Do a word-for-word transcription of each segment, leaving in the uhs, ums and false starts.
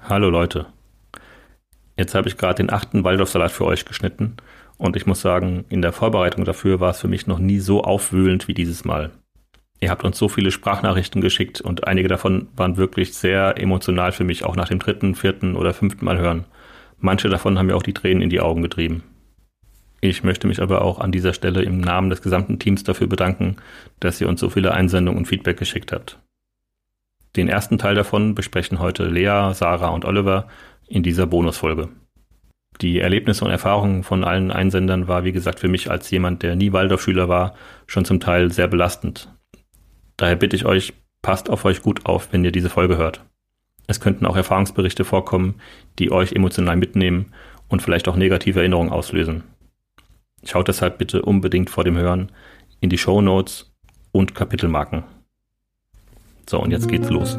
Hallo Leute, jetzt habe ich gerade den achten Waldorfsalat für euch geschnitten und ich muss sagen, in der Vorbereitung dafür war es für mich noch nie so aufwühlend wie dieses Mal. Ihr habt uns so viele Sprachnachrichten geschickt und einige davon waren wirklich sehr emotional für mich, auch nach dem dritten, vierten oder fünften Mal hören. Manche davon haben mir auch die Tränen in die Augen getrieben. Ich möchte mich aber auch an dieser Stelle im Namen des gesamten Teams dafür bedanken, dass ihr uns so viele Einsendungen und Feedback geschickt habt. Den ersten Teil davon besprechen heute Lea, Sarah und Oliver in dieser Bonusfolge. Die Erlebnisse und Erfahrungen von allen Einsendern war, wie gesagt, für mich als jemand, der nie Waldorfschüler war, schon zum Teil sehr belastend. Daher bitte ich euch, passt auf euch gut auf, wenn ihr diese Folge hört. Es könnten auch Erfahrungsberichte vorkommen, die euch emotional mitnehmen und vielleicht auch negative Erinnerungen auslösen. Schaut deshalb bitte unbedingt vor dem Hören in die Shownotes und Kapitelmarken. So, und jetzt geht's los.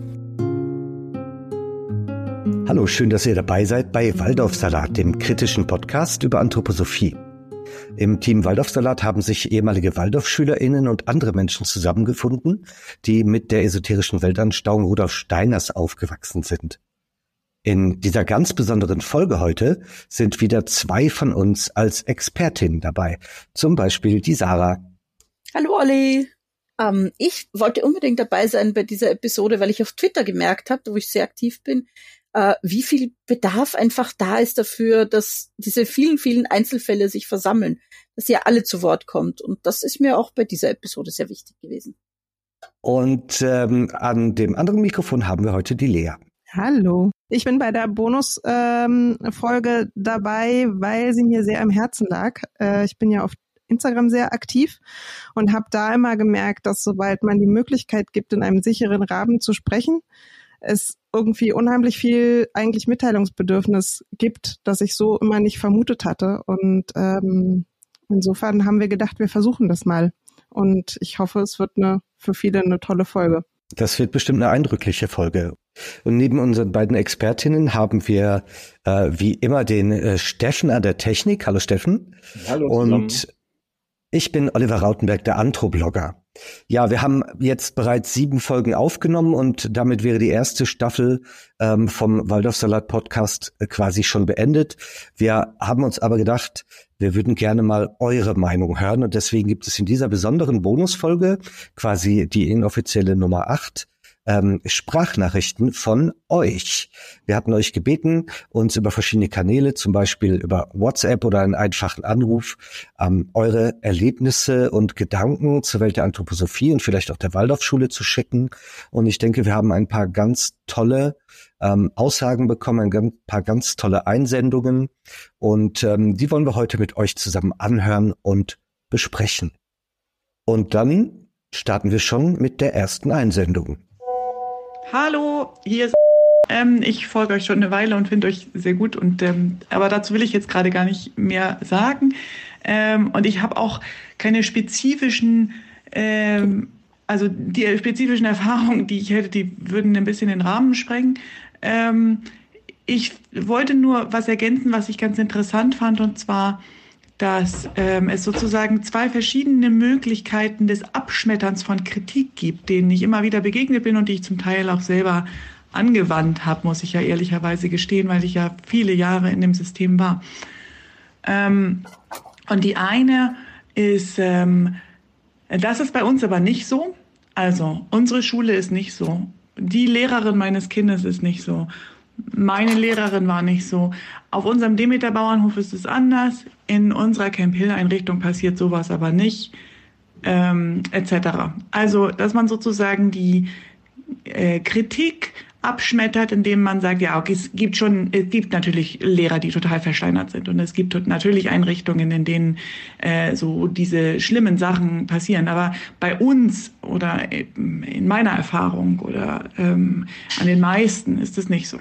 Hallo, schön, dass ihr dabei seid bei Waldorfsalat, dem kritischen Podcast über Anthroposophie. Im Team Waldorfsalat haben sich ehemalige WaldorfschülerInnen und andere Menschen zusammengefunden, die mit der esoterischen Weltanschauung Rudolf Steiners aufgewachsen sind. In dieser ganz besonderen Folge heute sind wieder zwei von uns als Expertinnen dabei. Zum Beispiel die Sarah. Hallo Olli. Ähm, ich wollte unbedingt dabei sein bei dieser Episode, weil ich auf Twitter gemerkt habe, wo ich sehr aktiv bin, äh, wie viel Bedarf einfach da ist dafür, dass diese vielen, vielen Einzelfälle sich versammeln, dass ihr alle zu Wort kommt. Und das ist mir auch bei dieser Episode sehr wichtig gewesen. Und ähm, an dem anderen Mikrofon haben wir heute die Lea. Hallo. Ich bin bei der Bonus-Folge ähm, dabei, weil sie mir sehr am Herzen lag. Äh, ich bin ja auf Instagram sehr aktiv und habe da immer gemerkt, dass sobald man die Möglichkeit gibt, in einem sicheren Rahmen zu sprechen, es irgendwie unheimlich viel eigentlich Mitteilungsbedürfnis gibt, das ich so immer nicht vermutet hatte. Und ähm, insofern haben wir gedacht, wir versuchen das mal. Und ich hoffe, es wird eine für viele eine tolle Folge. Das wird bestimmt eine eindrückliche Folge. Und neben unseren beiden Expertinnen haben wir äh, wie immer den äh, Steffen an der Technik. Hallo Steffen. Hallo zusammen. Und ich bin Oliver Rautenberg, der Anthroblogger. Ja, wir haben jetzt bereits sieben Folgen aufgenommen und damit wäre die erste Staffel ähm, vom Waldorfsalat-Podcast äh, quasi schon beendet. Wir haben uns aber gedacht, wir würden gerne mal eure Meinung hören und deswegen gibt es in dieser besonderen Bonusfolge, quasi die inoffizielle Nummer acht, Ähm, Sprachnachrichten von euch. Wir hatten euch gebeten, uns über verschiedene Kanäle, zum Beispiel über WhatsApp oder einen einfachen Anruf, ähm, eure Erlebnisse und Gedanken zur Welt der Anthroposophie und vielleicht auch der Waldorfschule zu schicken. Und ich denke, wir haben ein paar ganz tolle ähm, Aussagen bekommen, ein paar ganz tolle Einsendungen. Und ähm, die wollen wir heute mit euch zusammen anhören und besprechen. Und dann starten wir schon mit der ersten Einsendung. Hallo, hier ist ähm, ich folge euch schon eine Weile und finde euch sehr gut, und ähm, aber dazu will ich jetzt gerade gar nicht mehr sagen. Ähm, und ich habe auch keine spezifischen, ähm, also die spezifischen Erfahrungen, die ich hätte, die würden ein bisschen den Rahmen sprengen. Ähm, ich wollte nur was ergänzen, was ich ganz interessant fand, und zwar, dass ähm, es sozusagen zwei verschiedene Möglichkeiten des Abschmetterns von Kritik gibt, denen ich immer wieder begegnet bin und die ich zum Teil auch selber angewandt habe, muss ich ja ehrlicherweise gestehen, weil ich ja viele Jahre in dem System war. Ähm, und die eine ist, ähm, das ist bei uns aber nicht so. Also unsere Schule ist nicht so. Die Lehrerin meines Kindes ist nicht so. Meine Lehrerin war nicht so. Auf unserem Demeter-Bauernhof ist es anders. In unserer Camp Hill-Einrichtung passiert sowas aber nicht, ähm, et cetera. Also, dass man sozusagen die äh, Kritik abschmettert, indem man sagt, ja, okay, es gibt schon, es gibt natürlich Lehrer, die total versteinert sind, und es gibt natürlich Einrichtungen, in denen äh, so diese schlimmen Sachen passieren. Aber bei uns oder in meiner Erfahrung oder ähm, an den meisten ist es nicht so.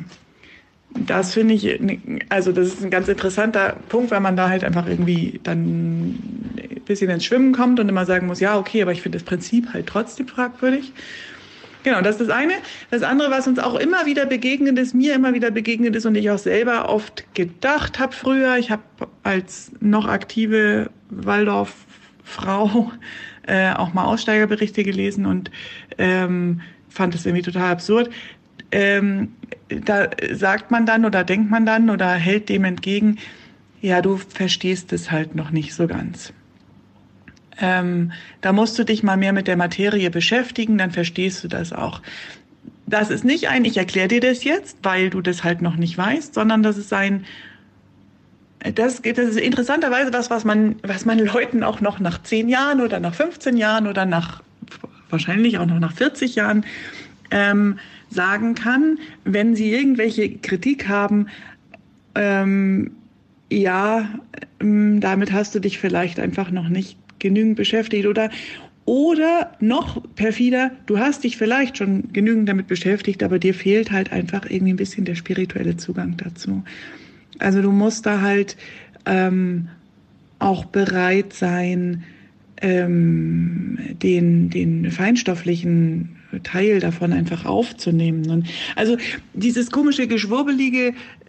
Das finde ich, also das ist ein ganz interessanter Punkt, weil man da halt einfach irgendwie dann ein bisschen ins Schwimmen kommt und immer sagen muss, ja, okay, aber ich finde das Prinzip halt trotzdem fragwürdig. Genau, das ist das eine. Das andere, was uns auch immer wieder begegnet ist, mir immer wieder begegnet ist und ich auch selber oft gedacht habe früher, ich habe als noch aktive Waldorf-Frau äh, auch mal Aussteigerberichte gelesen und ähm, fand das irgendwie total absurd. Ähm, da sagt man dann oder denkt man dann oder hält dem entgegen, ja, du verstehst es halt noch nicht so ganz. Ähm, da musst du dich mal mehr mit der Materie beschäftigen, dann verstehst du das auch. Das ist nicht ein, ich erkläre dir das jetzt, weil du das halt noch nicht weißt, sondern das ist ein, das, das ist interessanterweise was, was man, was man Leuten auch noch nach zehn Jahren oder nach fünfzehn Jahren oder nach, wahrscheinlich auch noch nach vierzig Jahren ähm, sagen kann, wenn sie irgendwelche Kritik haben, ähm, ja, ähm, damit hast du dich vielleicht einfach noch nicht genügend beschäftigt oder Oder noch perfider, du hast dich vielleicht schon genügend damit beschäftigt, aber dir fehlt halt einfach irgendwie ein bisschen der spirituelle Zugang dazu. Also du musst da halt ähm, auch bereit sein, ähm, den, den feinstofflichen Teil davon einfach aufzunehmen. Und also dieses komische, geschwurbelige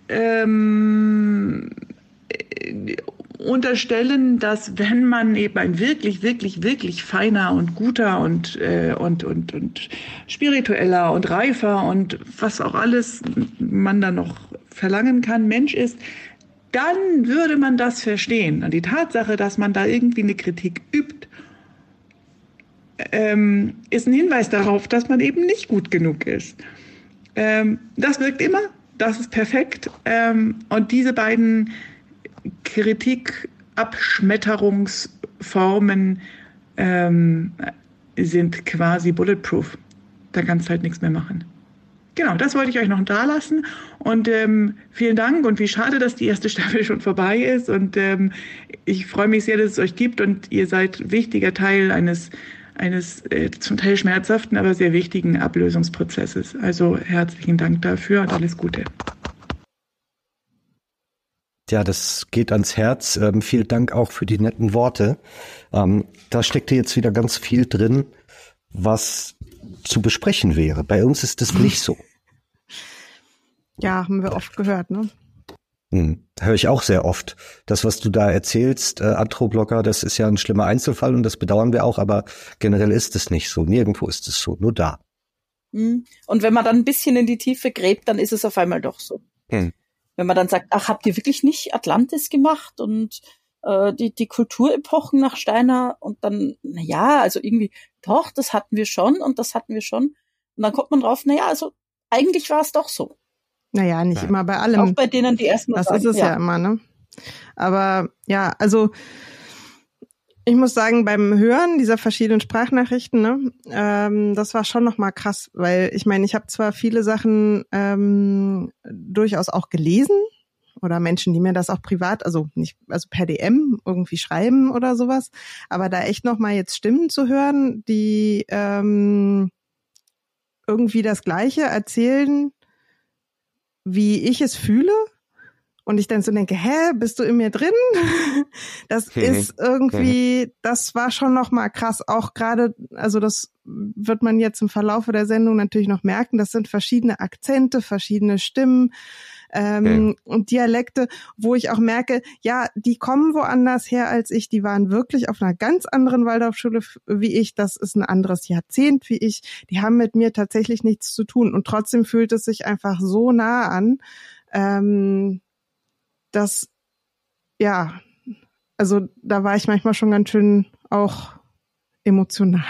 ähm, unterstellen, dass wenn man eben ein wirklich, wirklich, wirklich feiner und guter und, äh, und, und, und spiritueller und reifer und was auch alles man da noch verlangen kann, Mensch ist, dann würde man das verstehen. Und die Tatsache, dass man da irgendwie eine Kritik übt, ähm, ist ein Hinweis darauf, dass man eben nicht gut genug ist. Ähm, das wirkt immer, das ist perfekt. Ähm, und diese beiden Kritikabschmetterungsformen ähm, sind quasi bulletproof. Da kannst du halt nichts mehr machen. Genau, das wollte ich euch noch da lassen. Und ähm, vielen Dank und wie schade, dass die erste Staffel schon vorbei ist. Und ähm, ich freue mich sehr, dass es euch gibt und ihr seid wichtiger Teil eines, eines äh, zum Teil schmerzhaften, aber sehr wichtigen Ablösungsprozesses. Also herzlichen Dank dafür und alles Gute. Ja, das geht ans Herz. Ähm, vielen Dank auch für die netten Worte. Ähm, da steckte jetzt wieder ganz viel drin, was zu besprechen wäre. Bei uns ist das nicht so. Ja, haben wir oft gehört, ne? Hm, höre ich auch sehr oft. Das, was du da erzählst, äh, Anthroblogger, das ist ja ein schlimmer Einzelfall und das bedauern wir auch, aber generell ist es nicht so. Nirgendwo ist es so, nur da. Und wenn man dann ein bisschen in die Tiefe gräbt, dann ist es auf einmal doch so. Hm. Wenn man dann sagt, ach, habt ihr wirklich nicht Atlantis gemacht und äh, die, die Kulturepochen nach Steiner und dann, na ja, also irgendwie, doch, das hatten wir schon und das hatten wir schon. Und dann kommt man drauf, na ja, also eigentlich war es doch so. Naja, nicht ja. immer bei allem. Auch bei denen, die erstmal das sagen. Das ist es ja. ja immer, ne? Aber ja, also ich muss sagen, beim Hören dieser verschiedenen Sprachnachrichten, ne, ähm, das war schon nochmal krass, weil ich meine, ich habe zwar viele Sachen ähm, durchaus auch gelesen oder Menschen, die mir das auch privat, also nicht, also per D M irgendwie schreiben oder sowas, aber da echt nochmal jetzt Stimmen zu hören, die ähm, irgendwie das Gleiche erzählen, wie ich es fühle. Und ich dann so denke, hä, bist du in mir drin? Das mhm. ist irgendwie, das war schon noch mal krass. Auch gerade, also das wird man jetzt im Verlauf der Sendung natürlich noch merken, das sind verschiedene Akzente, verschiedene Stimmen ähm, ja. und Dialekte, wo ich auch merke, ja, die kommen woanders her als ich. Die waren wirklich auf einer ganz anderen Waldorfschule wie ich. Das ist ein anderes Jahrzehnt wie ich. Die haben mit mir tatsächlich nichts zu tun. Und trotzdem fühlt es sich einfach so nah an, ähm, das, ja, also da war ich manchmal schon ganz schön auch emotional.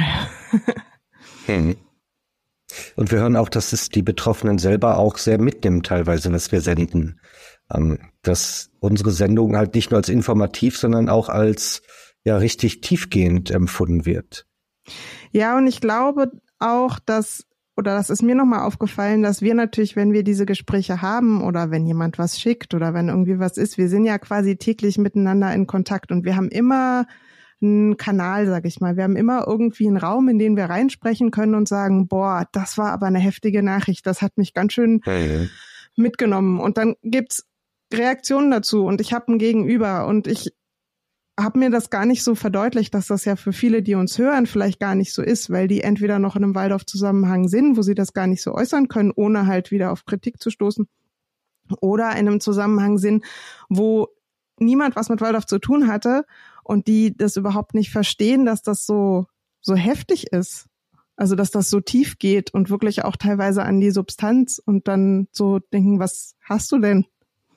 Hm. Und wir hören auch, dass es die Betroffenen selber auch sehr mitnimmt, teilweise, was wir senden. Ähm, dass unsere Sendung halt nicht nur als informativ, sondern auch als ja richtig tiefgehend empfunden wird. Ja, und ich glaube auch, dass Oder das ist mir nochmal aufgefallen, dass wir natürlich, wenn wir diese Gespräche haben oder wenn jemand was schickt oder wenn irgendwie was ist, wir sind ja quasi täglich miteinander in Kontakt und wir haben immer einen Kanal, sag ich mal. Wir haben immer irgendwie einen Raum, in den wir reinsprechen können und sagen, boah, das war aber eine heftige Nachricht, das hat mich ganz schön mhm. mitgenommen. Und dann gibt's Reaktionen dazu und ich habe ein Gegenüber und ich habe mir das gar nicht so verdeutlicht, dass das ja für viele, die uns hören, vielleicht gar nicht so ist, weil die entweder noch in einem Waldorf-Zusammenhang sind, wo sie das gar nicht so äußern können, ohne halt wieder auf Kritik zu stoßen, oder in einem Zusammenhang sind, wo niemand was mit Waldorf zu tun hatte und die das überhaupt nicht verstehen, dass das so so heftig ist. Also, dass das so tief geht und wirklich auch teilweise an die Substanz und dann so denken, was hast du denn?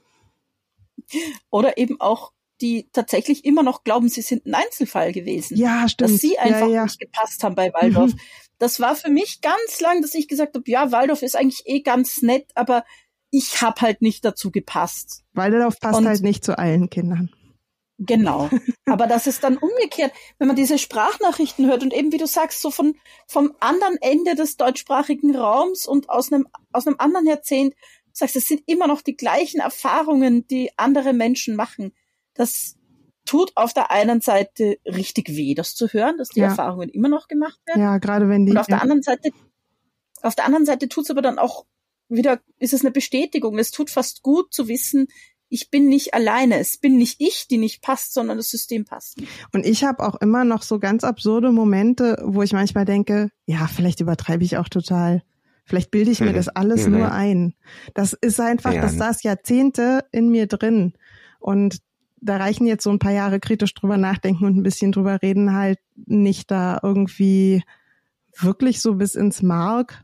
Oder eben auch, die tatsächlich immer noch glauben, sie sind ein Einzelfall gewesen. Ja, stimmt. Dass sie einfach ja, ja. nicht gepasst haben bei Waldorf. Mhm. Das war für mich ganz lang, dass ich gesagt habe, ja, Waldorf ist eigentlich eh ganz nett, aber ich habe halt nicht dazu gepasst. Waldorf passt Und halt nicht zu allen Kindern. Genau. Aber das ist dann umgekehrt, wenn man diese Sprachnachrichten hört und eben, wie du sagst, so von vom anderen Ende des deutschsprachigen Raums und aus einem aus einem anderen Jahrzehnt, du sagst, es sind immer noch die gleichen Erfahrungen, die andere Menschen machen. Das tut auf der einen Seite richtig weh, das zu hören, dass die Ja. Erfahrungen immer noch gemacht werden. Ja, gerade wenn die. Und auf der anderen Seite, auf der anderen Seite tut's aber dann auch wieder, ist es eine Bestätigung. Es tut fast gut zu wissen, ich bin nicht alleine. Es bin nicht ich, die nicht passt, sondern das System passt nicht. Und ich habe auch immer noch so ganz absurde Momente, wo ich manchmal denke, ja, vielleicht übertreibe ich auch total. Vielleicht bilde ich mir Mhm. das alles Mhm. nur ein. Das ist einfach, Ja. das saß Jahrzehnte in mir drin. Und da reichen jetzt so ein paar Jahre kritisch drüber nachdenken und ein bisschen drüber reden halt nicht da irgendwie wirklich so bis ins Mark,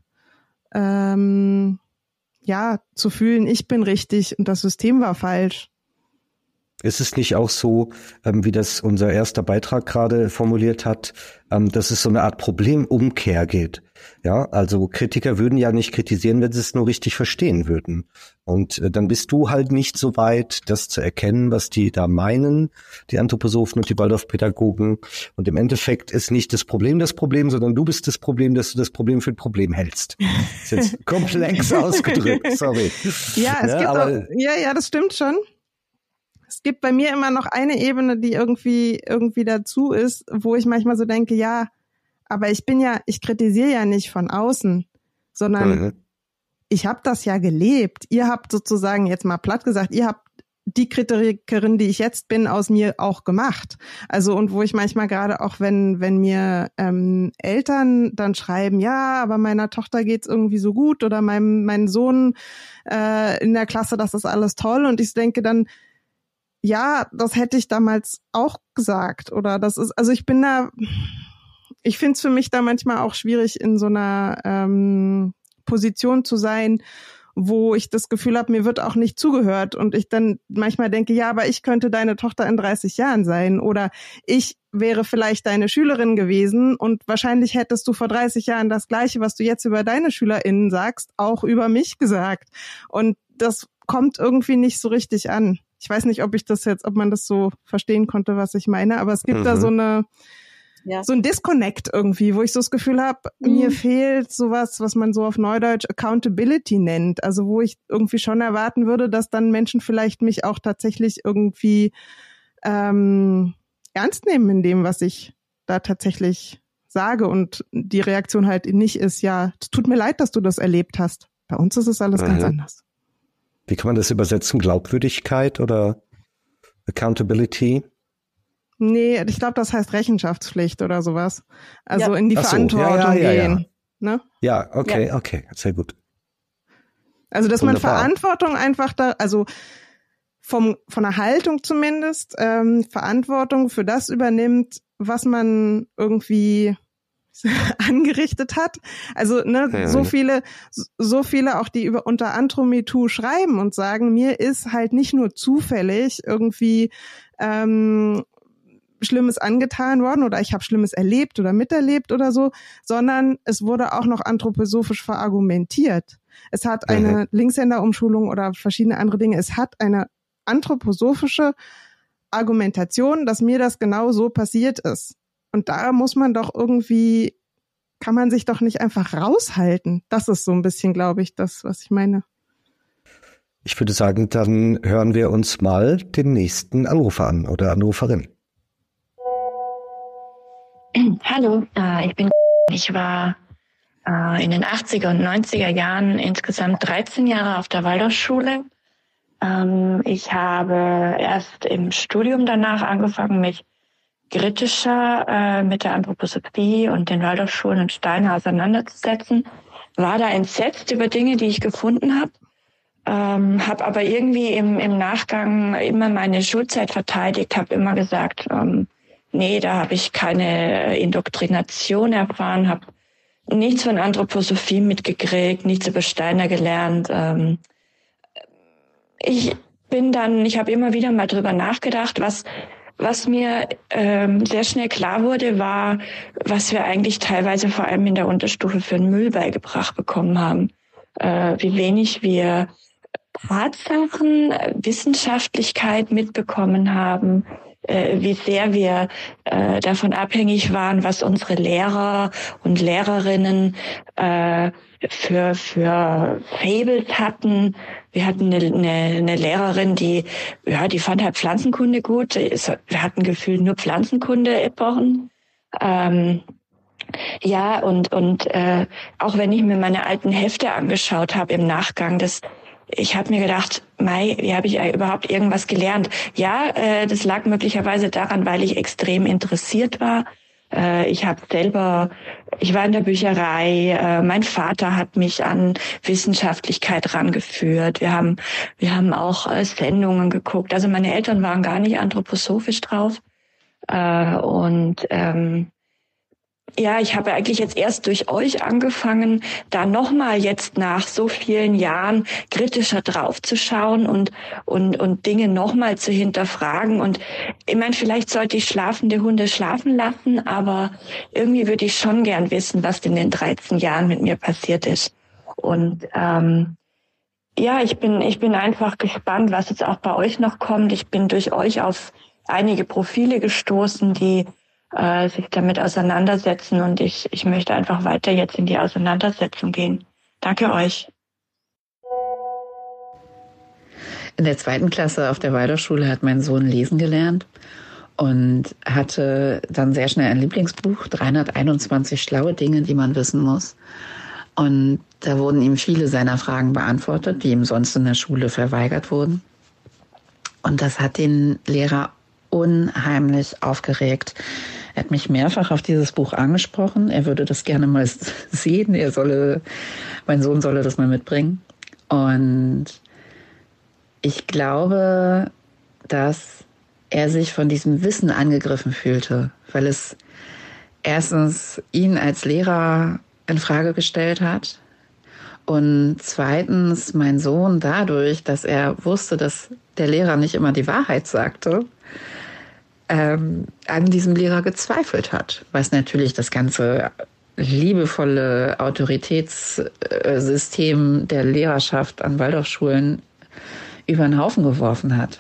ähm, ja, zu fühlen, ich bin richtig und das System war falsch. Ist es nicht auch so, ähm, wie das unser erster Beitrag gerade formuliert hat, ähm, dass es so eine Art Problemumkehr geht? Ja, also Kritiker würden ja nicht kritisieren, wenn sie es nur richtig verstehen würden. Und äh, dann bist du halt nicht so weit, das zu erkennen, was die da meinen, die Anthroposophen und die Waldorfpädagogen. Und im Endeffekt ist nicht das Problem das Problem, sondern du bist das Problem, dass du das Problem für ein Problem hältst. Ist jetzt komplex ausgedrückt, sorry. Ja, es Ja, gibt aber- auch, ja, ja, das stimmt schon. Es gibt bei mir immer noch eine Ebene, die irgendwie irgendwie dazu ist, wo ich manchmal so denke, ja, aber ich bin ja, ich kritisiere ja nicht von außen, sondern Mhm. ich habe das ja gelebt. Ihr habt sozusagen, jetzt mal platt gesagt, ihr habt die Kritikerin, die ich jetzt bin, aus mir auch gemacht. Also und wo ich manchmal gerade auch, wenn wenn mir ähm, Eltern dann schreiben, ja, aber meiner Tochter geht's irgendwie so gut oder meinem meinem Sohn äh, in der Klasse, das ist alles toll und ich denke dann, ja, das hätte ich damals auch gesagt oder das ist, also ich bin da, ich finde es für mich da manchmal auch schwierig in so einer ähm, Position zu sein, wo ich das Gefühl habe, mir wird auch nicht zugehört und ich dann manchmal denke, ja, aber ich könnte deine Tochter in dreißig Jahren sein oder ich wäre vielleicht deine Schülerin gewesen und wahrscheinlich hättest du vor dreißig Jahren das Gleiche, was du jetzt über deine SchülerInnen sagst, auch über mich gesagt und das kommt irgendwie nicht so richtig an. Ich weiß nicht, ob ich das jetzt, ob man das so verstehen konnte, was ich meine, aber es gibt Mhm. da so eine Ja. so ein Disconnect irgendwie, wo ich so das Gefühl habe, Mhm. mir fehlt sowas, was man so auf Neudeutsch Accountability nennt. Also wo ich irgendwie schon erwarten würde, dass dann Menschen vielleicht mich auch tatsächlich irgendwie ähm, ernst nehmen in dem, was ich da tatsächlich sage und die Reaktion halt nicht ist, ja, es tut mir leid, dass du das erlebt hast. Bei uns ist es alles Mhm. ganz anders. Wie kann man das übersetzen? Glaubwürdigkeit oder Accountability? Nee, ich glaube, das heißt Rechenschaftspflicht oder sowas. Also Ja. in die Ach so, Verantwortung ja, ja, ja, ja. gehen. Ne? Ja, okay, okay, sehr gut. Also dass man Wunderbar. Verantwortung einfach da, also vom von der Haltung zumindest, ähm, Verantwortung für das übernimmt, was man irgendwie angerichtet hat. Also ne, Ja. so viele, so viele auch, die über unter Andro-MeToo schreiben und sagen, mir ist halt nicht nur zufällig irgendwie ähm, Schlimmes angetan worden oder ich habe Schlimmes erlebt oder miterlebt oder so, sondern es wurde auch noch anthroposophisch verargumentiert. Es hat eine Mhm. Linkshänder-Umschulung oder verschiedene andere Dinge. Es hat eine anthroposophische Argumentation, dass mir das genau so passiert ist. Und da muss man doch irgendwie, kann man sich doch nicht einfach raushalten. Das ist so ein bisschen, glaube ich, das, was ich meine. Ich würde sagen, dann hören wir uns mal den nächsten Anrufer an oder Anruferin. Hallo, äh, ich bin. Ich war äh, in den achtziger und neunziger Jahren insgesamt dreizehn Jahre auf der Waldorfschule. Ähm, ich habe erst im Studium danach angefangen, mich kritischer äh, mit der Anthroposophie und den Waldorfschulen in Steiner auseinanderzusetzen. War da entsetzt über Dinge, die ich gefunden habe. Ähm, habe aber irgendwie im, im Nachgang immer meine Schulzeit verteidigt, habe immer gesagt, ähm, nee, da habe ich keine Indoktrination erfahren, habe nichts von Anthroposophie mitgekriegt, nichts über Steiner gelernt. Ähm, ich bin dann, ich habe immer wieder mal drüber nachgedacht, was was mir ähm, sehr schnell klar wurde, war, was wir eigentlich teilweise vor allem in der Unterstufe für den Müll beigebracht bekommen haben. Äh, wie wenig wir Tatsachen, Wissenschaftlichkeit mitbekommen haben, äh, wie sehr wir äh, davon abhängig waren, was unsere Lehrer und Lehrerinnen äh, für für Fables hatten. Wir hatten eine, eine, eine Lehrerin, die ja, die fand halt Pflanzenkunde gut. Wir hatten gefühlt nur Pflanzenkunde-Epochen. Ähm, ja, und und äh, auch wenn ich mir meine alten Hefte angeschaut habe im Nachgang, das ich habe mir gedacht, Mai, wie habe ich überhaupt irgendwas gelernt? Ja, äh, das lag möglicherweise daran, weil ich extrem interessiert war. Äh, ich habe selber, ich war in der Bücherei. Äh, mein Vater hat mich an Wissenschaftlichkeit rangeführt. Wir haben, wir haben auch äh, Sendungen geguckt. Also meine Eltern waren gar nicht anthroposophisch drauf. Äh, und ähm, ja, ich habe eigentlich jetzt erst durch euch angefangen, da nochmal jetzt nach so vielen Jahren kritischer draufzuschauen und und und Dinge nochmal zu hinterfragen. Und ich meine, vielleicht sollte ich schlafende Hunde schlafen lassen, aber irgendwie würde ich schon gern wissen, was in den dreizehn Jahren mit mir passiert ist. Und ähm, ja, ich bin ich bin einfach gespannt, was jetzt auch bei euch noch kommt. Ich bin durch euch auf einige Profile gestoßen, die äh, sich damit auseinandersetzen, und ich, ich möchte einfach weiter jetzt in die Auseinandersetzung gehen. Danke euch. In der zweiten Klasse auf der Waldorfschule hat mein Sohn lesen gelernt und hatte dann sehr schnell ein Lieblingsbuch, dreihunderteinundzwanzig schlaue Dinge, die man wissen muss. Und da wurden ihm viele seiner Fragen beantwortet, die ihm sonst in der Schule verweigert wurden. Und das hat den Lehrer unheimlich aufgeregt. Er hat mich mehrfach auf dieses Buch angesprochen. Er würde das gerne mal sehen. Er solle, mein Sohn solle das mal mitbringen. Und ich glaube, dass er sich von diesem Wissen angegriffen fühlte, weil es erstens ihn als Lehrer in Frage gestellt hat und zweitens mein Sohn dadurch, dass er wusste, dass der Lehrer nicht immer die Wahrheit sagte, ähm, an diesem Lehrer gezweifelt hat, was natürlich das ganze liebevolle Autoritätssystem der Lehrerschaft an Waldorfschulen über den Haufen geworfen hat.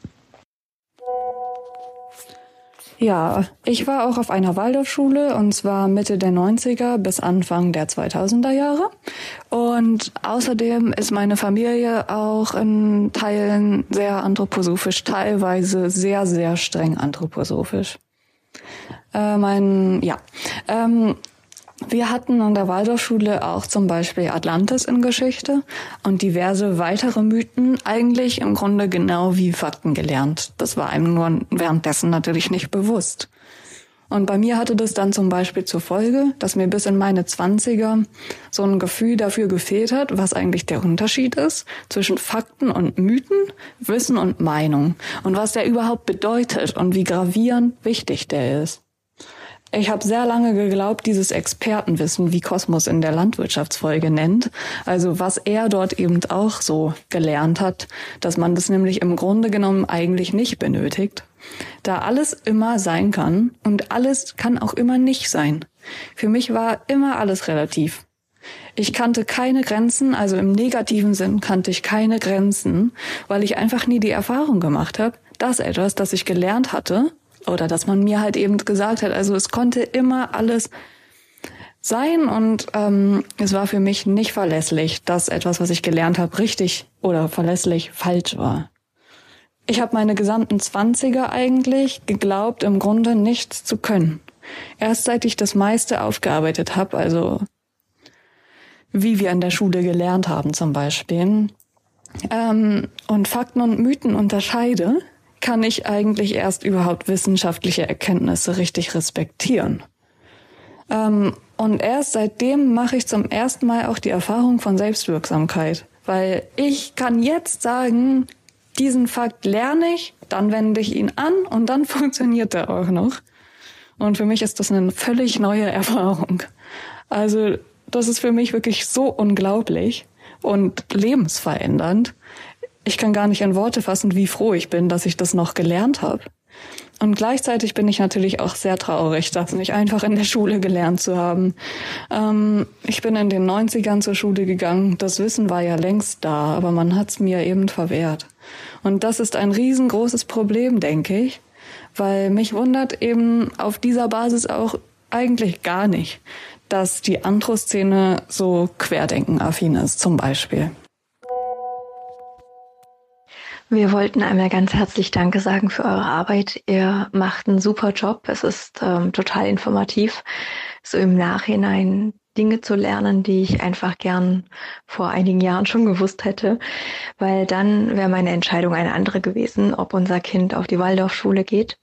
Ja, ich war auch auf einer Waldorfschule, und zwar Mitte der neunziger bis Anfang der zweitausender Jahre. Und außerdem ist meine Familie auch in Teilen sehr anthroposophisch, teilweise sehr, sehr streng anthroposophisch. Äh, mein, ja, ähm, wir hatten an der Waldorfschule auch zum Beispiel Atlantis in Geschichte und diverse weitere Mythen, eigentlich im Grunde genau wie Fakten gelernt. Das war einem nur währenddessen natürlich nicht bewusst. Und bei mir hatte das dann zum Beispiel zur Folge, dass mir bis in meine Zwanziger so ein Gefühl dafür gefehlt hat, was eigentlich der Unterschied ist zwischen Fakten und Mythen, Wissen und Meinung und was der überhaupt bedeutet und wie gravierend wichtig der ist. Ich habe sehr lange geglaubt, dieses Expertenwissen, wie Kosmos in der Landwirtschaftsfolge nennt, also was er dort eben auch so gelernt hat, dass man das nämlich im Grunde genommen eigentlich nicht benötigt, da alles immer sein kann und alles kann auch immer nicht sein. Für mich war immer alles relativ. Ich kannte keine Grenzen, also im negativen Sinn kannte ich keine Grenzen, weil ich einfach nie die Erfahrung gemacht habe, dass etwas, das ich gelernt hatte, oder dass man mir halt eben gesagt hat, also es konnte immer alles sein, und ähm, es war für mich nicht verlässlich, dass etwas, was ich gelernt habe, richtig oder verlässlich falsch war. Ich habe meine gesamten Zwanziger eigentlich geglaubt, im Grunde nichts zu können. Erst seit ich das meiste aufgearbeitet habe, also wie wir in der Schule gelernt haben zum Beispiel, ähm, und Fakten und Mythen unterscheide, kann ich eigentlich erst überhaupt wissenschaftliche Erkenntnisse richtig respektieren. Ähm, und erst seitdem mache ich zum ersten Mal auch die Erfahrung von Selbstwirksamkeit. Weil ich kann jetzt sagen, diesen Fakt lerne ich, dann wende ich ihn an und dann funktioniert er auch noch. Und für mich ist das eine völlig neue Erfahrung. Also das ist für mich wirklich so unglaublich und lebensverändernd. Ich kann gar nicht in Worte fassen, wie froh ich bin, dass ich das noch gelernt habe. Und gleichzeitig bin ich natürlich auch sehr traurig, das nicht einfach in der Schule gelernt zu haben. Ähm, ich bin in den neunzigern zur Schule gegangen. Das Wissen war ja längst da, aber man hat es mir eben verwehrt. Und das ist ein riesengroßes Problem, denke ich, weil mich wundert eben auf dieser Basis auch eigentlich gar nicht, dass die Andro-Szene so querdenkenaffin ist, zum Beispiel. Wir wollten einmal ganz herzlich Danke sagen für eure Arbeit. Ihr macht einen super Job. Es ist ähm, total informativ, so im Nachhinein Dinge zu lernen, die ich einfach gern vor einigen Jahren schon gewusst hätte, weil dann wäre meine Entscheidung eine andere gewesen, ob unser Kind auf die Waldorfschule geht.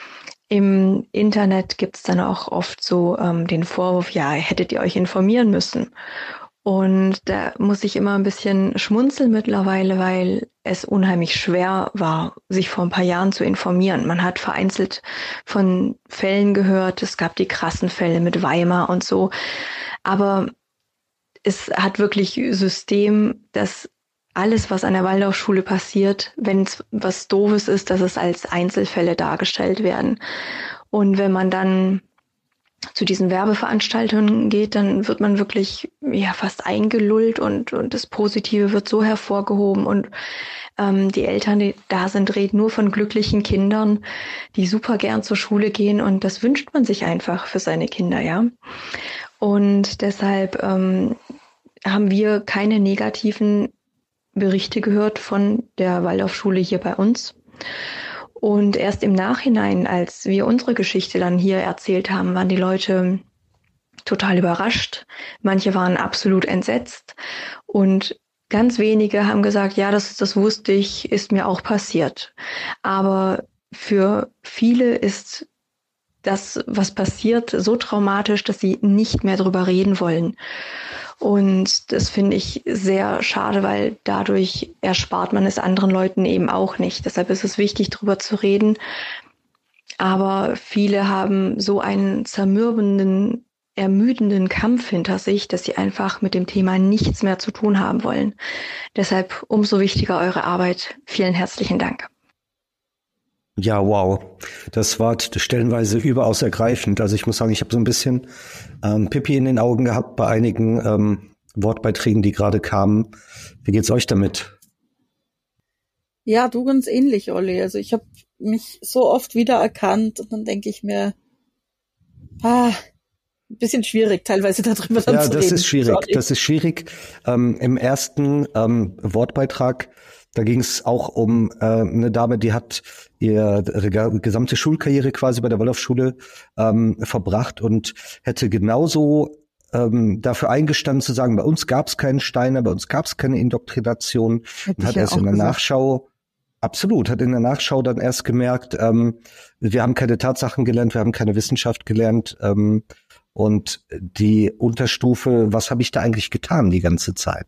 Im Internet gibt es dann auch oft so ähm, den Vorwurf, ja, hättet ihr euch informieren müssen. Und da muss ich immer ein bisschen schmunzeln mittlerweile, weil es unheimlich schwer war, sich vor ein paar Jahren zu informieren. Man hat vereinzelt von Fällen gehört, es gab die krassen Fälle mit Weimar und so. Aber es hat wirklich System, dass alles, was an der Waldorfschule passiert, wenn es was Doofes ist, dass es als Einzelfälle dargestellt werden. Und wenn man dann zu diesen Werbeveranstaltungen geht, dann wird man wirklich ja fast eingelullt und und das Positive wird so hervorgehoben und ähm, die Eltern, die da sind, reden nur von glücklichen Kindern, die super gern zur Schule gehen und das wünscht man sich einfach für seine Kinder, ja. Und deshalb ähm, haben wir keine negativen Berichte gehört von der Waldorfschule hier bei uns. Und erst im Nachhinein, als wir unsere Geschichte dann hier erzählt haben, waren die Leute total überrascht. Manche waren absolut entsetzt und ganz wenige haben gesagt, ja, das, das wusste ich, ist mir auch passiert. Aber für viele ist das, was passiert, so traumatisch, dass sie nicht mehr drüber reden wollen. Und das finde ich sehr schade, weil dadurch erspart man es anderen Leuten eben auch nicht. Deshalb ist es wichtig, drüber zu reden. Aber viele haben so einen zermürbenden, ermüdenden Kampf hinter sich, dass sie einfach mit dem Thema nichts mehr zu tun haben wollen. Deshalb umso wichtiger eure Arbeit. Vielen herzlichen Dank. Ja, wow. Das war stellenweise überaus ergreifend. Also ich muss sagen, ich habe so ein bisschen ähm, Pipi in den Augen gehabt bei einigen ähm, Wortbeiträgen, die gerade kamen. Wie geht's euch damit? Ja, du ganz ähnlich, Olli. Also ich habe mich so oft wiedererkannt und dann denke ich mir, ah, ein bisschen schwierig, teilweise darüber dann ja, zu reden. Ja, das ist schwierig. Sorry. Das ist schwierig. Ähm, im ersten ähm, Wortbeitrag, da ging es auch um äh, eine Dame, die hat ihre gesamte Schulkarriere quasi bei der Waldorfschule ähm, verbracht und hätte genauso ähm, dafür eingestanden zu sagen, bei uns gab es keinen Steiner, bei uns gab es keine Indoktrination. Hätte und hat ja erst in der gesagt. Nachschau, absolut, hat in der Nachschau dann erst gemerkt, ähm, wir haben keine Tatsachen gelernt, wir haben keine Wissenschaft gelernt ähm, und die Unterstufe, was habe ich da eigentlich getan die ganze Zeit?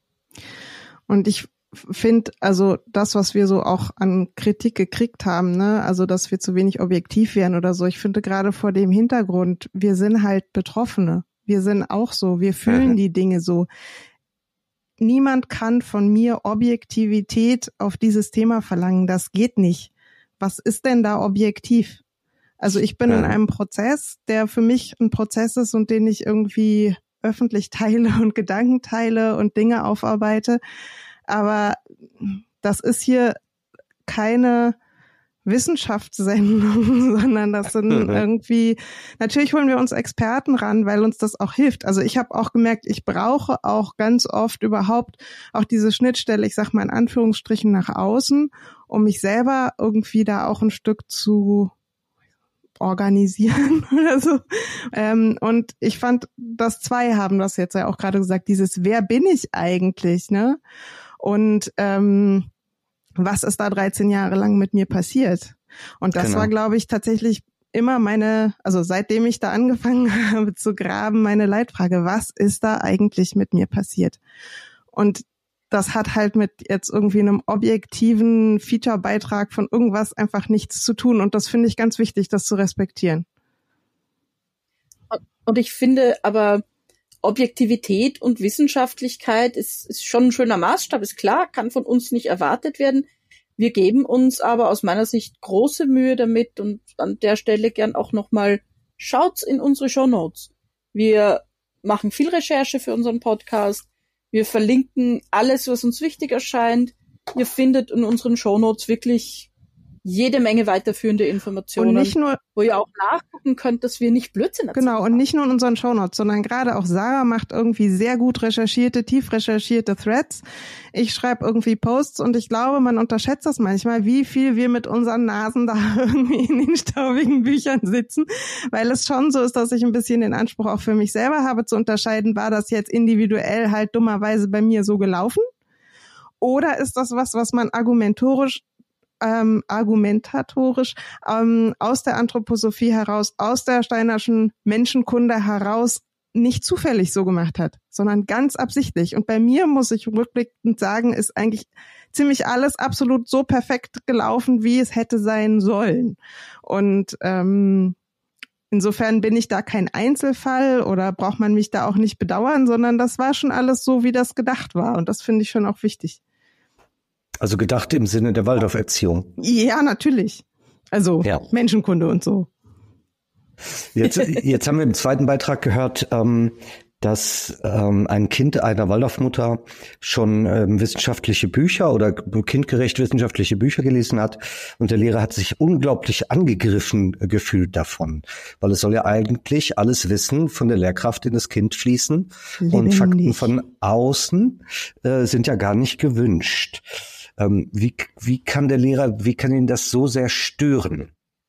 Und ich finde, also das, was wir so auch an Kritik gekriegt haben, ne, also dass wir zu wenig objektiv wären oder so, ich finde gerade vor dem Hintergrund, wir sind halt Betroffene. Wir sind auch so, wir fühlen mhm. die Dinge so. Niemand kann von mir Objektivität auf dieses Thema verlangen, das geht nicht. Was ist denn da objektiv? Also ich bin ja. in einem Prozess, der für mich ein Prozess ist und den ich irgendwie öffentlich teile und Gedanken teile und Dinge aufarbeite. Aber das ist hier keine Wissenschaftssendung, sondern das sind irgendwie, natürlich holen wir uns Experten ran, weil uns das auch hilft. Also ich habe auch gemerkt, ich brauche auch ganz oft überhaupt auch diese Schnittstelle, ich sag mal in Anführungsstrichen nach außen, um mich selber irgendwie da auch ein Stück zu organisieren oder so. Ähm, und ich fand, dass zwei haben das jetzt ja auch gerade gesagt, dieses wer bin ich eigentlich, ne? Und ähm, was ist da dreizehn Jahre lang mit mir passiert? Und das genau. war, glaube ich, tatsächlich immer meine, also seitdem ich da angefangen habe zu graben, meine Leitfrage, was ist da eigentlich mit mir passiert? Und das hat halt mit jetzt irgendwie einem objektiven Feature-Beitrag von irgendwas einfach nichts zu tun. Und das finde ich ganz wichtig, das zu respektieren. Und ich finde aber, Objektivität und Wissenschaftlichkeit ist, ist schon ein schöner Maßstab, ist klar, kann von uns nicht erwartet werden. Wir geben uns aber aus meiner Sicht große Mühe damit und an der Stelle gern auch nochmal, schaut's in unsere Shownotes. Wir machen viel Recherche für unseren Podcast. Wir verlinken alles, was uns wichtig erscheint. Ihr findet in unseren Shownotes wirklich jede Menge weiterführende Informationen, und nicht nur, wo ihr auch nachgucken könnt, dass wir nicht Blödsinn erzählen. Genau, und nicht nur in unseren Shownotes, sondern gerade auch Sarah macht irgendwie sehr gut recherchierte, tief recherchierte Threads. Ich schreibe irgendwie Posts und ich glaube, man unterschätzt das manchmal, wie viel wir mit unseren Nasen da irgendwie in den staubigen Büchern sitzen, weil es schon so ist, dass ich ein bisschen den Anspruch auch für mich selber habe, zu unterscheiden, war das jetzt individuell halt dummerweise bei mir so gelaufen? Oder ist das was, was man argumentorisch Ähm, argumentatorisch ähm, aus der Anthroposophie heraus, aus der steinerschen Menschenkunde heraus nicht zufällig so gemacht hat, sondern ganz absichtlich. Und bei mir, muss ich rückblickend sagen, ist eigentlich ziemlich alles absolut so perfekt gelaufen, wie es hätte sein sollen. Und ähm, insofern bin ich da kein Einzelfall oder braucht man mich da auch nicht bedauern, sondern das war schon alles so, wie das gedacht war. Und das finde ich schon auch wichtig. Also gedacht im Sinne der Waldorf-Erziehung. Ja, natürlich. Also ja. Menschenkunde und so. Jetzt, jetzt haben wir im zweiten Beitrag gehört, ähm, dass ähm, ein Kind einer Waldorfmutter schon ähm, wissenschaftliche Bücher oder kindgerecht wissenschaftliche Bücher gelesen hat und der Lehrer hat sich unglaublich angegriffen äh, gefühlt davon, weil es soll ja eigentlich alles Wissen von der Lehrkraft in das Kind fließen Leben und Fakten nicht. Von außen äh, sind ja gar nicht gewünscht. Ähm, wie, wie kann der Lehrer, wie kann ihn das so sehr stören?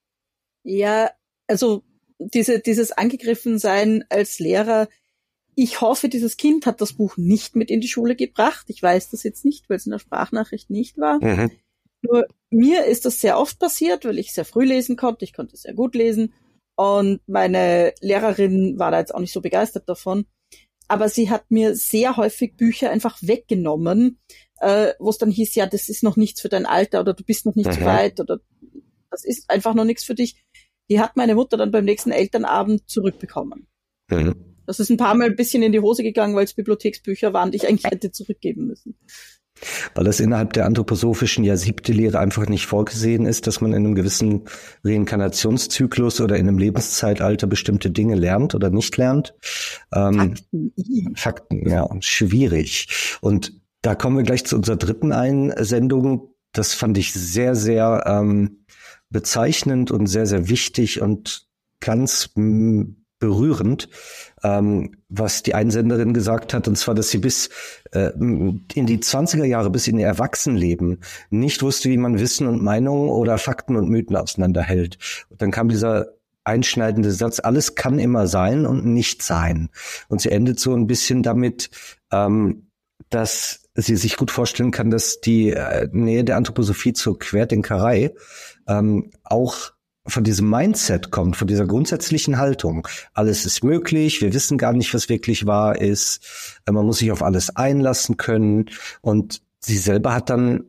Ja, also diese, dieses Angegriffensein als Lehrer, ich hoffe, dieses Kind hat das Buch nicht mit in die Schule gebracht. Ich weiß das jetzt nicht, weil es in der Sprachnachricht nicht war. Mhm. Nur mir ist das sehr oft passiert, weil ich sehr früh lesen konnte. Ich konnte sehr gut lesen. Und meine Lehrerin war da jetzt auch nicht so begeistert davon. Aber sie hat mir sehr häufig Bücher einfach weggenommen, äh, wo es dann hieß, ja, das ist noch nichts für dein Alter oder du bist noch nicht mhm. so weit oder das ist einfach noch nichts für dich. Die hat meine Mutter dann beim nächsten Elternabend zurückbekommen. Mhm. Das ist ein paar Mal ein bisschen in die Hose gegangen, weil es Bibliotheksbücher waren, die ich eigentlich hätte zurückgeben müssen. Weil es innerhalb der anthroposophischen ja siebte Lehre einfach nicht vorgesehen ist, dass man in einem gewissen Reinkarnationszyklus oder in einem Lebenszeitalter bestimmte Dinge lernt oder nicht lernt. Ähm, Fakten. Fakten, ja, schwierig. Und da kommen wir gleich zu unserer dritten Einsendung. Das fand ich sehr, sehr ähm, bezeichnend und sehr, sehr wichtig und ganz m- berührend, ähm, was die Einsenderin gesagt hat, und zwar, dass sie bis äh, in die zwanziger Jahre, bis in ihr Erwachsenenleben nicht wusste, wie man Wissen und Meinung oder Fakten und Mythen auseinanderhält. Und dann kam dieser einschneidende Satz, alles kann immer sein und nicht sein. Und sie endet so ein bisschen damit, ähm, dass sie sich gut vorstellen kann, dass die äh, Nähe der Anthroposophie zur Querdenkerei ähm, auch von diesem Mindset kommt, von dieser grundsätzlichen Haltung. Alles ist möglich, wir wissen gar nicht, was wirklich wahr ist, man muss sich auf alles einlassen können und sie selber hat dann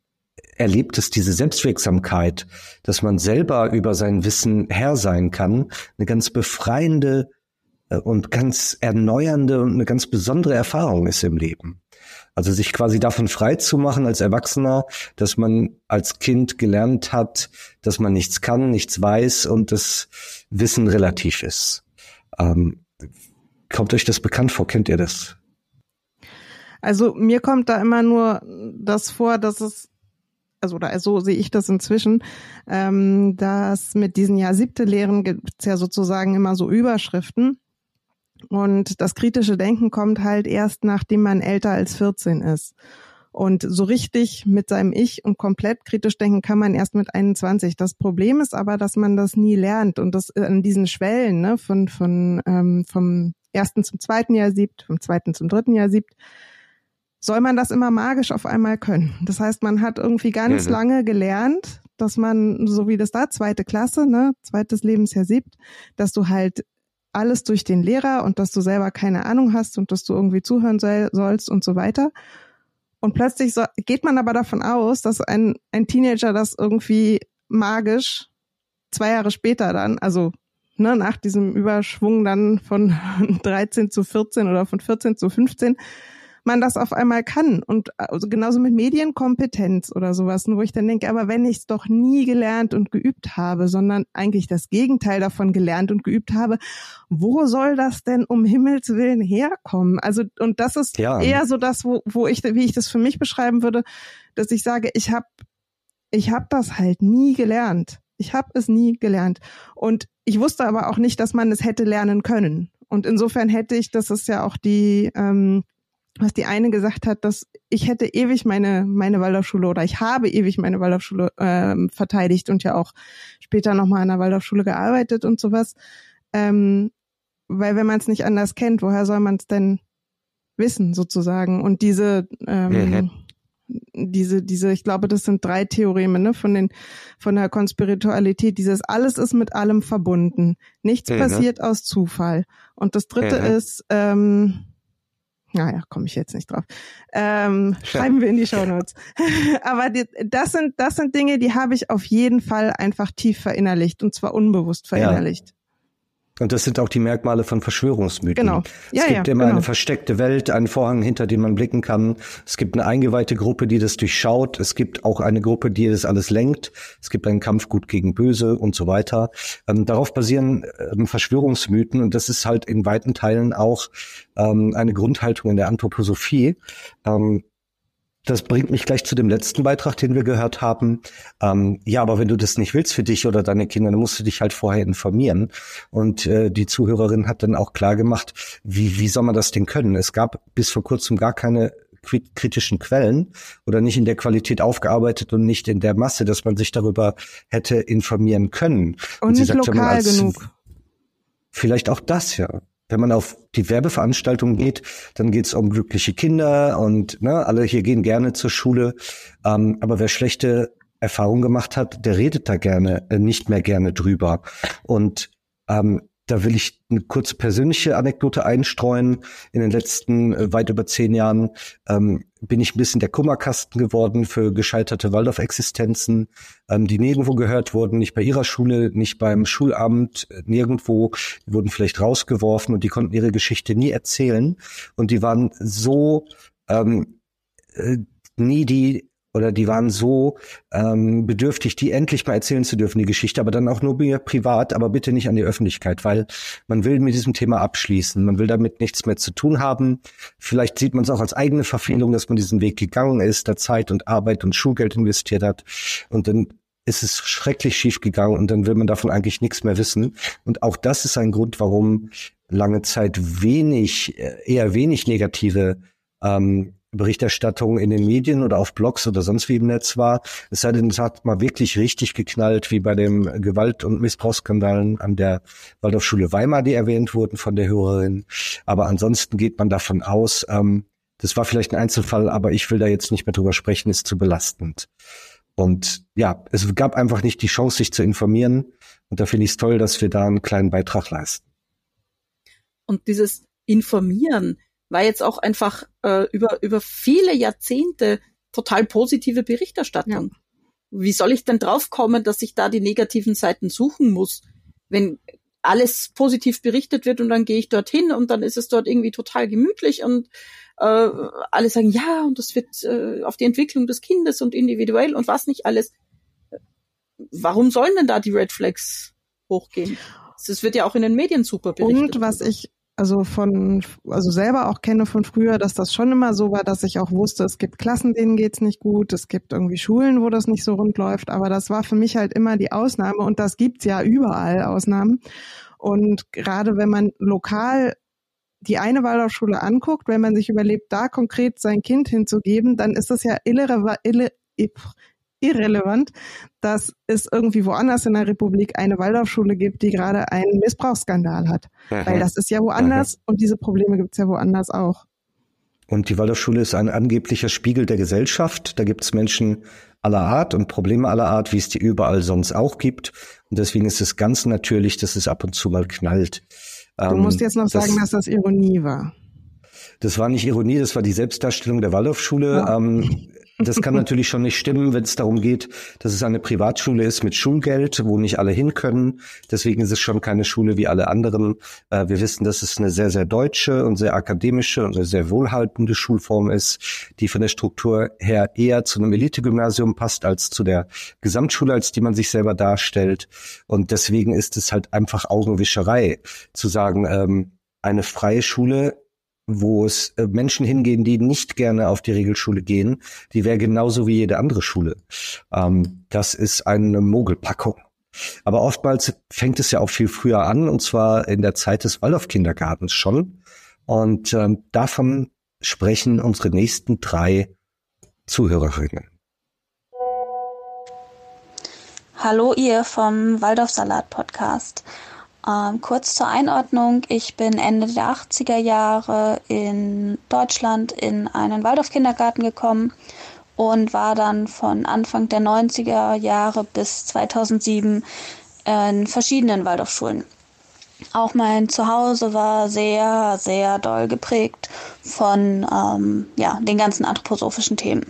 erlebt, dass diese Selbstwirksamkeit, dass man selber über sein Wissen Herr sein kann, eine ganz befreiende und ganz erneuernde und eine ganz besondere Erfahrung ist im Leben. Also sich quasi davon frei zu machen als Erwachsener, dass man als Kind gelernt hat, dass man nichts kann, nichts weiß und das Wissen relativ ist. Ähm, kommt euch das bekannt vor? Kennt ihr das? Also mir kommt da immer nur das vor, dass es, also oder so sehe ich das inzwischen, ähm, dass mit diesen ja siebte Lehren gibt es ja sozusagen immer so Überschriften. Und das kritische Denken kommt halt erst, nachdem man älter als vierzehn ist. Und so richtig mit seinem Ich und komplett kritisch denken kann man erst mit einundzwanzig. Das Problem ist aber, dass man das nie lernt und das an diesen Schwellen, ne, von von ähm, vom ersten zum zweiten Jahr siebt, vom zweiten zum dritten Jahr siebt, soll man das immer magisch auf einmal können. Das heißt, man hat irgendwie ganz mhm. lange gelernt, dass man, so wie das da, zweite Klasse, ne, zweites Lebensjahr siebt, dass du halt alles durch den Lehrer und dass du selber keine Ahnung hast und dass du irgendwie zuhören soll, sollst und so weiter. Und plötzlich so, geht man aber davon aus, dass ein, ein Teenager das irgendwie magisch zwei Jahre später dann, also ne, nach diesem Überschwung dann von dreizehn zu vierzehn oder von vierzehn zu fünfzehn, man das auf einmal kann. Und also genauso mit Medienkompetenz oder sowas, wo ich dann denke, aber wenn ich es doch nie gelernt und geübt habe, sondern eigentlich das Gegenteil davon gelernt und geübt habe, wo soll das denn um Himmels Willen herkommen? Also, und das ist ja eher so das, wo, wo ich, wie ich das für mich beschreiben würde, dass ich sage, ich habe ich hab das halt nie gelernt. Ich habe es nie gelernt. Und ich wusste aber auch nicht, dass man es hätte lernen können. Und insofern hätte ich, das ist ja auch die, ähm, was die eine gesagt hat, dass ich hätte ewig meine meine Waldorfschule oder ich habe ewig meine Waldorfschule ähm, verteidigt und ja auch später nochmal an der Waldorfschule gearbeitet und sowas. Ähm, weil wenn man es nicht anders kennt, woher soll man es denn wissen sozusagen? Und diese ähm, mhm. diese diese, ich glaube, das sind drei Theoremen, ne, von den von der Konspiritualität. Dieses alles ist mit allem verbunden. Nichts mhm. passiert aus Zufall. Und das dritte mhm. ist ähm, naja, komme ich jetzt nicht drauf. Ähm, schreiben wir in die Shownotes. Aber die, das sind das sind Dinge, die habe ich auf jeden Fall einfach tief verinnerlicht und zwar unbewusst verinnerlicht. Ja. Und das sind auch die Merkmale von Verschwörungsmythen. Genau. Ja, es gibt ja, immer genau. eine versteckte Welt, einen Vorhang, hinter dem man blicken kann. Es gibt eine eingeweihte Gruppe, die das durchschaut. Es gibt auch eine Gruppe, die das alles lenkt. Es gibt einen Kampf Gut gegen Böse und so weiter. Ähm, darauf basieren ähm, Verschwörungsmythen und das ist halt in weiten Teilen auch ähm, eine Grundhaltung in der Anthroposophie. Ähm, Das bringt mich gleich zu dem letzten Beitrag, den wir gehört haben. Ähm, ja, aber wenn du das nicht willst für dich oder deine Kinder, dann musst du dich halt vorher informieren. Und äh, die Zuhörerin hat dann auch klar gemacht, wie, wie soll man das denn können? Es gab bis vor kurzem gar keine kritischen Quellen oder nicht in der Qualität aufgearbeitet und nicht in der Masse, dass man sich darüber hätte informieren können. Und, und nicht sagt, lokal als, genug. Vielleicht auch das, ja. Wenn man auf die Werbeveranstaltung geht, dann geht es um glückliche Kinder und ne, alle hier gehen gerne zur Schule. Ähm, aber wer schlechte Erfahrungen gemacht hat, der redet da gerne, äh, nicht mehr gerne drüber. Und ähm, da will ich eine kurze persönliche Anekdote einstreuen. In den letzten äh, weit über zehn Jahren ähm, bin ich ein bisschen der Kummerkasten geworden für gescheiterte Waldorf-Existenzen, ähm, die nirgendwo gehört wurden, nicht bei ihrer Schule, nicht beim Schulamt, äh, nirgendwo. Die wurden vielleicht rausgeworfen und die konnten ihre Geschichte nie erzählen. Und die waren so ähm, äh, needy, oder die waren so ähm, bedürftig, die endlich mal erzählen zu dürfen, die Geschichte, aber dann auch nur mir privat, aber bitte nicht an die Öffentlichkeit, weil man will mit diesem Thema abschließen. Man will damit nichts mehr zu tun haben. Vielleicht sieht man es auch als eigene Verfehlung, dass man diesen Weg gegangen ist, da Zeit und Arbeit und Schulgeld investiert hat. Und dann ist es schrecklich schief gegangen und dann will man davon eigentlich nichts mehr wissen. Und auch das ist ein Grund, warum lange Zeit wenig, eher wenig negative ähm, Berichterstattung in den Medien oder auf Blogs oder sonst wie im Netz war. Es sei denn, es hat mal wirklich richtig geknallt, wie bei dem Gewalt- und Missbrauchsskandalen an der Waldorfschule Weimar, die erwähnt wurden von der Hörerin. Aber ansonsten geht man davon aus, ähm, das war vielleicht ein Einzelfall, aber ich will da jetzt nicht mehr drüber sprechen, ist zu belastend. Und ja, es gab einfach nicht die Chance, sich zu informieren. Und da finde ich es toll, dass wir da einen kleinen Beitrag leisten. Und dieses Informieren war jetzt auch einfach äh, über über viele Jahrzehnte total positive Berichterstattung. Ja. Wie soll ich denn draufkommen, dass ich da die negativen Seiten suchen muss, wenn alles positiv berichtet wird und dann gehe ich dorthin und dann ist es dort irgendwie total gemütlich und äh, alle sagen, ja, und das wird äh, auf die Entwicklung des Kindes und individuell und was nicht alles. Warum sollen denn da die Red Flags hochgehen? Das wird ja auch in den Medien super berichtet. Und was ich also von, also selber auch kenne von früher, dass das schon immer so war, dass ich auch wusste, es gibt Klassen, denen geht's nicht gut, es gibt irgendwie Schulen, wo das nicht so rund läuft, aber das war für mich halt immer die Ausnahme und das gibt's ja überall Ausnahmen. Und gerade wenn man lokal die eine Waldorfschule anguckt, wenn man sich überlegt, da konkret sein Kind hinzugeben, dann ist das ja irrelevant, irre, irrelevant, dass es irgendwie woanders in der Republik eine Waldorfschule gibt, die gerade einen Missbrauchsskandal hat. Aha. Weil das ist ja woanders Aha. und diese Probleme gibt's ja woanders auch. Und die Waldorfschule ist ein angeblicher Spiegel der Gesellschaft. Da gibt's Menschen aller Art und Probleme aller Art, wie es die überall sonst auch gibt. Und deswegen ist es ganz natürlich, dass es ab und zu mal knallt. Du musst jetzt noch sagen, das, dass das Ironie war. Das war nicht Ironie, das war die Selbstdarstellung der Waldorfschule. Ja. Ähm, Das kann natürlich schon nicht stimmen, wenn es darum geht, dass es eine Privatschule ist mit Schulgeld, wo nicht alle hin können. Deswegen ist es schon keine Schule wie alle anderen. Äh, wir wissen, dass es eine sehr, sehr deutsche und sehr akademische und sehr wohlhaltende Schulform ist, die von der Struktur her eher zu einem Elite-Gymnasium passt als zu der Gesamtschule, als die man sich selber darstellt. Und deswegen ist es halt einfach Augenwischerei, zu sagen, ähm, eine freie Schule, wo es äh, Menschen hingehen, die nicht gerne auf die Regelschule gehen, die wäre genauso wie jede andere Schule. Ähm, das ist eine Mogelpackung. Aber oftmals fängt es ja auch viel früher an, und zwar in der Zeit des Waldorf-Kindergartens schon. Und ähm, davon sprechen unsere nächsten drei Zuhörerinnen. Hallo ihr vom Waldorf-Salat-Podcast. Ähm, kurz zur Einordnung, ich bin Ende der achtziger Jahre in Deutschland in einen Waldorf-Kindergarten gekommen und war dann von Anfang der neunziger Jahre bis zweitausendsieben in verschiedenen Waldorfschulen. Auch mein Zuhause war sehr, sehr doll geprägt von ähm, ja, den ganzen anthroposophischen Themen.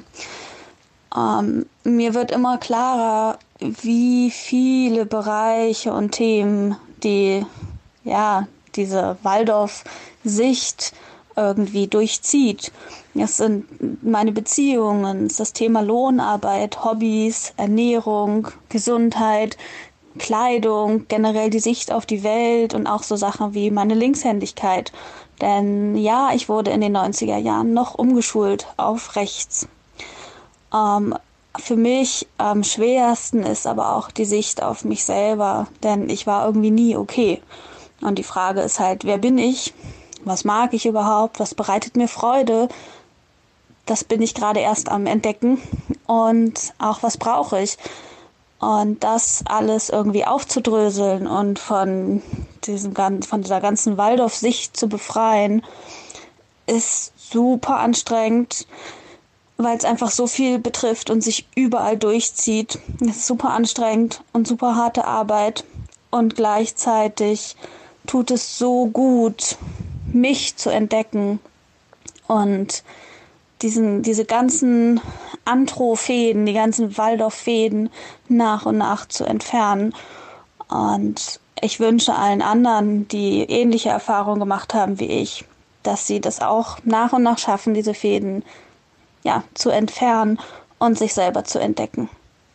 Ähm, mir wird immer klarer, wie viele Bereiche und Themen die, ja, diese Waldorf-Sicht irgendwie durchzieht. Das sind meine Beziehungen, das Thema Lohnarbeit, Hobbys, Ernährung, Gesundheit, Kleidung, generell die Sicht auf die Welt und auch so Sachen wie meine Linkshändigkeit. Denn ja, ich wurde in den neunziger Jahren noch umgeschult auf rechts. Ähm, Für mich am schwersten ist aber auch die Sicht auf mich selber, denn ich war irgendwie nie okay. Und die Frage ist halt, wer bin ich? Was mag ich überhaupt? Was bereitet mir Freude? Das bin ich gerade erst am Entdecken. Und auch, was brauche ich? Und das alles irgendwie aufzudröseln und von diesem, von dieser ganzen Waldorf-Sicht zu befreien, ist super anstrengend, weil es einfach so viel betrifft und sich überall durchzieht. Es ist super anstrengend und super harte Arbeit. Und gleichzeitig tut es so gut, mich zu entdecken und diesen, diese ganzen Anthro-Fäden, die ganzen Waldorf-Fäden nach und nach zu entfernen. Und ich wünsche allen anderen, die ähnliche Erfahrungen gemacht haben wie ich, dass sie das auch nach und nach schaffen, diese Fäden ja, zu entfernen und sich selber zu entdecken.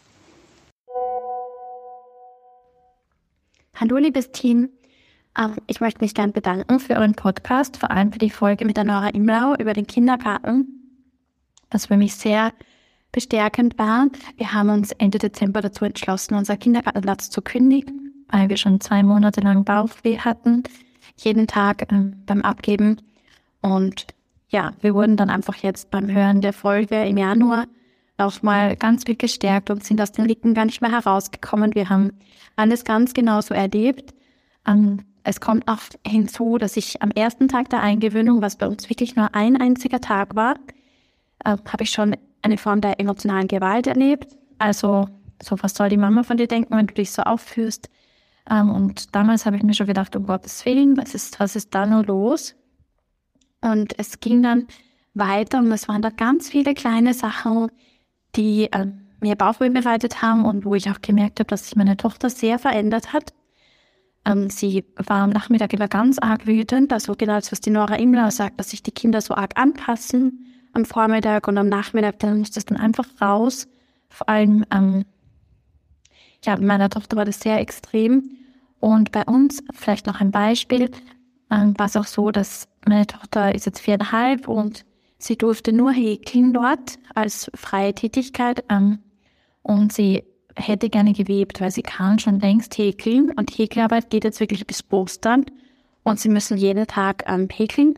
Hallo liebes Team, ähm, ich möchte mich gerne bedanken für euren Podcast, vor allem für die Folge mit der Nora Imlau über den Kindergarten, was für mich sehr bestärkend war. Wir haben uns Ende Dezember dazu entschlossen, unser Kindergartenplatz zu kündigen, weil wir schon zwei Monate lang Bauchweh hatten, jeden Tag ähm, beim Abgeben. Und ja, wir wurden dann einfach jetzt beim Hören der Folge im Januar auch mal ganz viel gestärkt und sind aus den Licken gar nicht mehr herausgekommen. Wir haben alles ganz genauso erlebt. Ähm, es kommt auch hinzu, dass ich am ersten Tag der Eingewöhnung, was bei uns wirklich nur ein einziger Tag war, äh, habe ich schon eine Form der emotionalen Gewalt erlebt. Also, so was soll die Mama von dir denken, wenn du dich so aufführst? Ähm, und damals habe ich mir schon gedacht, um Gottes Willen, was ist, was ist da nur los? Und es ging dann weiter und es waren da ganz viele kleine Sachen, die äh, mir Bauchweh bereitet haben und wo ich auch gemerkt habe, dass sich meine Tochter sehr verändert hat. Ähm, sie war am Nachmittag immer ganz arg wütend, also genau das, was die Nora Imlau sagt, dass sich die Kinder so arg anpassen am Vormittag und am Nachmittag, dann ist das dann einfach raus. Vor allem, ähm, ja, bei meiner Tochter war das sehr extrem. Und bei uns, vielleicht noch ein Beispiel, ähm, war es auch so, dass meine Tochter ist jetzt viereinhalb und sie durfte nur häkeln dort als freie Tätigkeit. Ähm, und sie hätte gerne gewebt, weil sie kann schon längst häkeln. Und Häkelarbeit geht jetzt wirklich bis Ostern. Und sie müssen jeden Tag ähm, häkeln.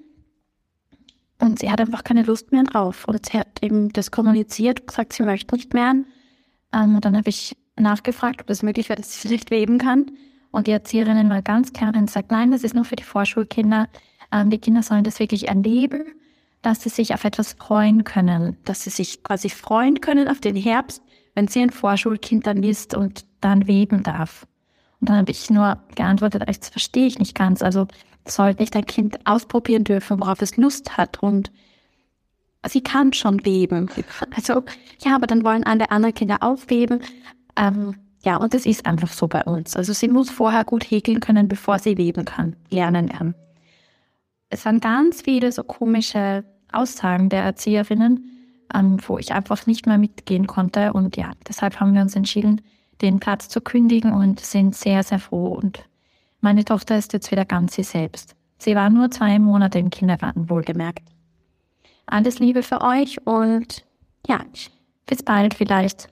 Und sie hat einfach keine Lust mehr drauf. Und sie hat eben das kommuniziert und gesagt, sie möchte nicht mehr. Ähm, und dann habe ich nachgefragt, ob es möglich wäre, dass sie vielleicht weben kann. Und die Erzieherinnen war ganz klar und sagt, nein, das ist nur für die Vorschulkinder. Ähm, die Kinder sollen das wirklich erleben, dass sie sich auf etwas freuen können. Dass sie sich quasi freuen können auf den Herbst, wenn sie ein Vorschulkind dann ist und dann weben darf. Und dann habe ich nur geantwortet, das verstehe ich nicht ganz. Also sollte nicht ein Kind ausprobieren dürfen, worauf es Lust hat. Und sie kann schon weben. Also, ja, aber dann wollen alle anderen Kinder auch weben. Ähm, ja, und das ist einfach so bei uns. Also sie muss vorher gut häkeln können, bevor sie weben kann, lernen lernen. Es waren ganz viele so komische Aussagen der Erzieherinnen, ähm, wo ich einfach nicht mehr mitgehen konnte. Und ja, deshalb haben wir uns entschieden, den Platz zu kündigen und sind sehr, sehr froh. Und meine Tochter ist jetzt wieder ganz sie selbst. Sie war nur zwei Monate im Kindergarten, wohlgemerkt. Alles Liebe für euch und ja, bis bald vielleicht.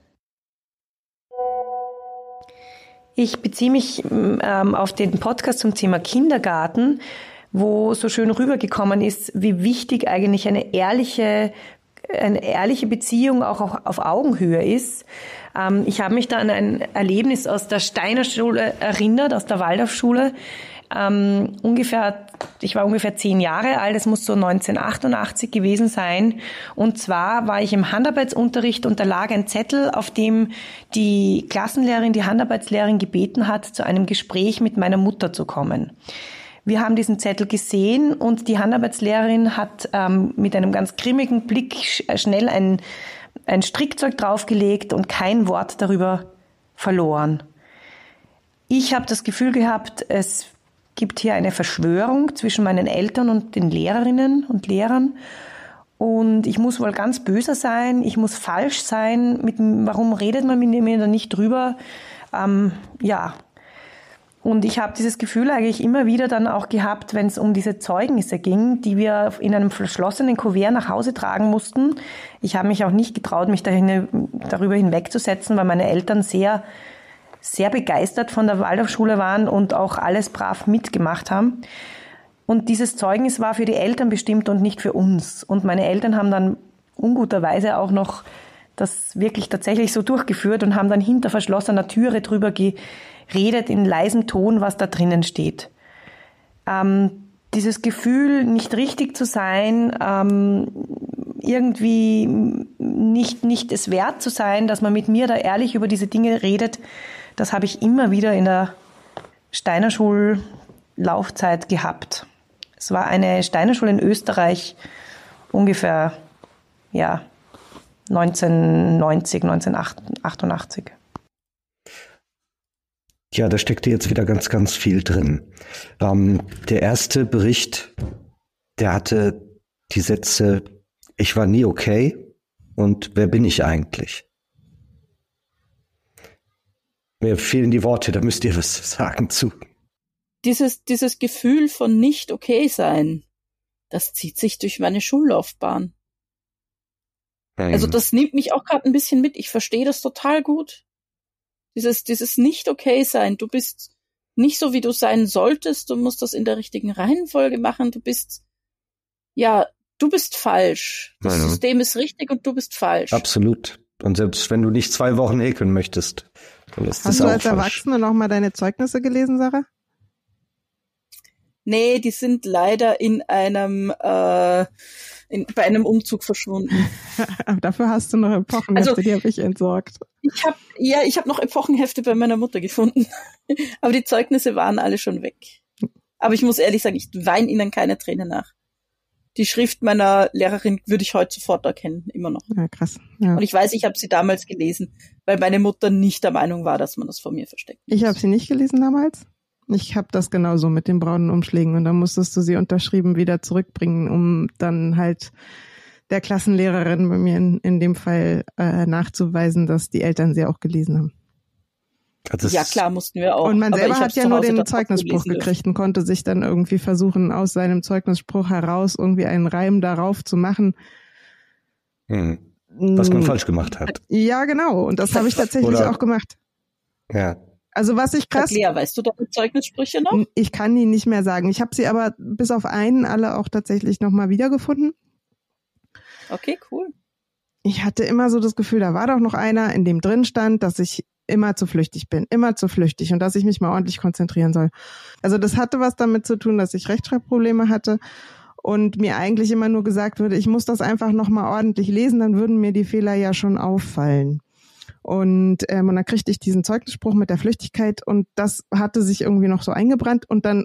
Ich beziehe mich ähm, auf den Podcast zum Thema Kindergarten, wo so schön rübergekommen ist, wie wichtig eigentlich eine ehrliche, eine ehrliche Beziehung auch auf Augenhöhe ist. Ähm, ich habe mich da an ein Erlebnis aus der Steiner Schule erinnert, aus der Waldorfschule. Ähm, ungefähr, ich war ungefähr zehn Jahre alt, es muss so neunzehnhundertachtundachtzig gewesen sein. Und zwar war ich im Handarbeitsunterricht und da lag ein Zettel, auf dem die Klassenlehrerin, die Handarbeitslehrerin gebeten hat, zu einem Gespräch mit meiner Mutter zu kommen. Wir haben diesen Zettel gesehen und die Handarbeitslehrerin hat ähm, mit einem ganz grimmigen Blick sch- schnell ein, ein Strickzeug draufgelegt und kein Wort darüber verloren. Ich habe das Gefühl gehabt, es gibt hier eine Verschwörung zwischen meinen Eltern und den Lehrerinnen und Lehrern. Und ich muss wohl ganz böse sein, ich muss falsch sein. Mit, warum redet man mit mir da nicht drüber? Ähm, ja. Und ich habe dieses Gefühl eigentlich immer wieder dann auch gehabt, wenn es um diese Zeugnisse ging, die wir in einem verschlossenen Kuvert nach Hause tragen mussten. Ich habe mich auch nicht getraut, mich dahin, darüber hinwegzusetzen, weil meine Eltern sehr sehr begeistert von der Waldorfschule waren und auch alles brav mitgemacht haben. Und dieses Zeugnis war für die Eltern bestimmt und nicht für uns. Und meine Eltern haben dann unguterweise auch noch das wirklich tatsächlich so durchgeführt und haben dann hinter verschlossener Türe drüber geredet in leisem Ton, was da drinnen steht. Ähm, dieses Gefühl, nicht richtig zu sein, ähm, irgendwie nicht, nicht es wert zu sein, dass man mit mir da ehrlich über diese Dinge redet, das habe ich immer wieder in der Steiner Schullaufzeit gehabt. Es war eine Steiner Schule in Österreich, ungefähr ja, neunzehnhundertneunzig, neunzehnhundertachtundachtzig. Ja, da steckte jetzt wieder ganz, ganz viel drin. Ähm, der erste Bericht, der hatte die Sätze, ich war nie okay und wer bin ich eigentlich? Mir fehlen die Worte, da müsst ihr was sagen zu. Dieses, dieses Gefühl von nicht okay sein, das zieht sich durch meine Schullaufbahn. Nein. Also das nimmt mich auch gerade ein bisschen mit. Ich verstehe das total gut. Dieses, dieses nicht okay sein. Du bist nicht so, wie du sein solltest. Du musst das in der richtigen Reihenfolge machen. Du bist, ja, du bist falsch. Das Nein. System ist richtig und du bist falsch. Absolut. Und selbst wenn du nicht zwei Wochen häkeln möchtest, dann ist Hast das du auch als falsch. Erwachsene noch mal deine Zeugnisse gelesen, Sarah? Nee, die sind leider in einem äh, in, bei einem Umzug verschwunden. Aber dafür hast du noch Epochenhefte, also, die habe ich entsorgt. Ich habe ja, ich habe noch Epochenhefte bei meiner Mutter gefunden, aber die Zeugnisse waren alle schon weg. Aber ich muss ehrlich sagen, ich weine ihnen keine Tränen nach. Die Schrift meiner Lehrerin würde ich heute sofort erkennen, immer noch. Ja, krass. Ja. Und ich weiß, ich habe sie damals gelesen, weil meine Mutter nicht der Meinung war, dass man das vor mir versteckt. Ich habe sie nicht gelesen damals. Ich habe das genauso mit den braunen Umschlägen und dann musstest du sie unterschrieben wieder zurückbringen, um dann halt der Klassenlehrerin bei mir in, in dem Fall äh, nachzuweisen, dass die Eltern sie auch gelesen haben. Ja, klar, mussten wir auch. Und man selber hat ja nur den Zeugnisspruch gekriegt und konnte sich dann irgendwie versuchen, aus seinem Zeugnisspruch heraus irgendwie einen Reim darauf zu machen. Hm. Was man falsch gemacht hat. Ja, genau. Und das habe ich tatsächlich Oder, auch gemacht. Ja. Also was ich krass... Lea, weißt du deine Zeugnissprüche noch? Ich kann die nicht mehr sagen. Ich habe sie aber bis auf einen alle auch tatsächlich nochmal wiedergefunden. Okay, cool. Ich hatte immer so das Gefühl, da war doch noch einer, in dem drin stand, dass ich immer zu flüchtig bin, immer zu flüchtig und dass ich mich mal ordentlich konzentrieren soll. Also das hatte was damit zu tun, dass ich Rechtschreibprobleme hatte und mir eigentlich immer nur gesagt wurde, ich muss das einfach nochmal ordentlich lesen, dann würden mir die Fehler ja schon auffallen. Und, ähm, und dann kriegte ich diesen Zeugnisspruch mit der Flüchtigkeit und das hatte sich irgendwie noch so eingebrannt und dann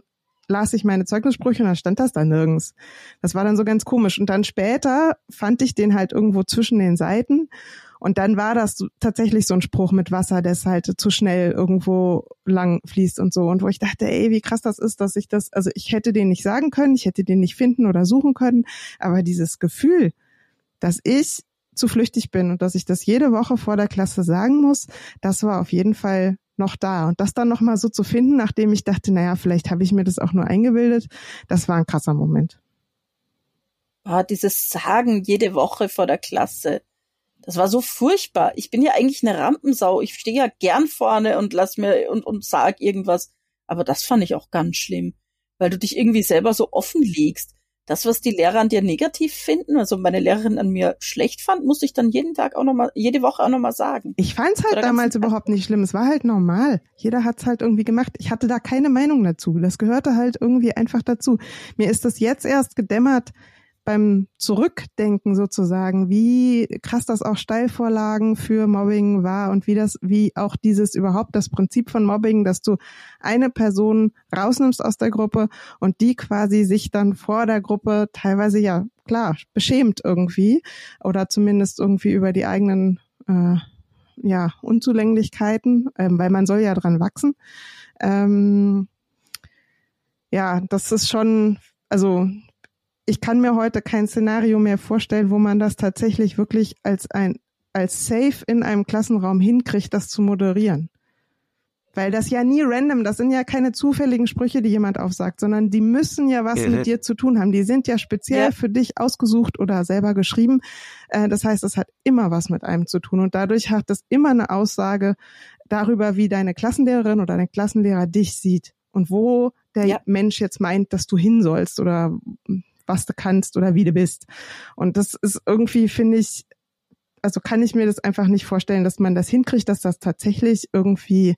las ich meine Zeugnissprüche und dann stand das da nirgends. Das war dann so ganz komisch. Und dann später fand ich den halt irgendwo zwischen den Seiten. Und dann war das so, tatsächlich so ein Spruch mit Wasser, das halt zu schnell irgendwo lang fließt und so. Und wo ich dachte, ey, wie krass das ist, dass ich das, also ich hätte den nicht sagen können, ich hätte den nicht finden oder suchen können. Aber dieses Gefühl, dass ich zu flüchtig bin und dass ich das jede Woche vor der Klasse sagen muss, das war auf jeden Fall noch da. Und das dann nochmal so zu finden, nachdem ich dachte, naja, vielleicht habe ich mir das auch nur eingebildet, das war ein krasser Moment. Ah, dieses Sagen jede Woche vor der Klasse. Das war so furchtbar. Ich bin ja eigentlich eine Rampensau. Ich stehe ja gern vorne und lass mir und, und sag irgendwas. Aber das fand ich auch ganz schlimm, weil du dich irgendwie selber so offenlegst. Das, was die Lehrer an dir negativ finden, also meine Lehrerin an mir schlecht fand, musste ich dann jeden Tag auch nochmal, jede Woche auch nochmal sagen. Ich fand's halt damals überhaupt nicht schlimm. Es war halt normal. Jeder hat's halt irgendwie gemacht. Ich hatte da keine Meinung dazu. Das gehörte halt irgendwie einfach dazu. Mir ist das jetzt erst gedämmert, beim Zurückdenken sozusagen, wie krass das auch Steilvorlagen für Mobbing war und wie das, wie auch dieses überhaupt das Prinzip von Mobbing, dass du eine Person rausnimmst aus der Gruppe und die quasi sich dann vor der Gruppe teilweise, ja klar, beschämt irgendwie oder zumindest irgendwie über die eigenen äh, ja Unzulänglichkeiten, ähm, weil man soll ja dran wachsen. Ähm, ja, das ist schon, also ich kann mir heute kein Szenario mehr vorstellen, wo man das tatsächlich wirklich als ein als safe in einem Klassenraum hinkriegt, das zu moderieren. Weil das ja nie random, das sind ja keine zufälligen Sprüche, die jemand aufsagt, sondern die müssen ja was mhm. mit dir zu tun haben. Die sind ja speziell ja. für dich ausgesucht oder selber geschrieben. Das heißt, es hat immer was mit einem zu tun und dadurch hat es immer eine Aussage darüber, wie deine Klassenlehrerin oder dein Klassenlehrer dich sieht und wo der ja. Mensch jetzt meint, dass du hin sollst oder was du kannst oder wie du bist. Und das ist irgendwie, finde ich, also kann ich mir das einfach nicht vorstellen, dass man das hinkriegt, dass das tatsächlich irgendwie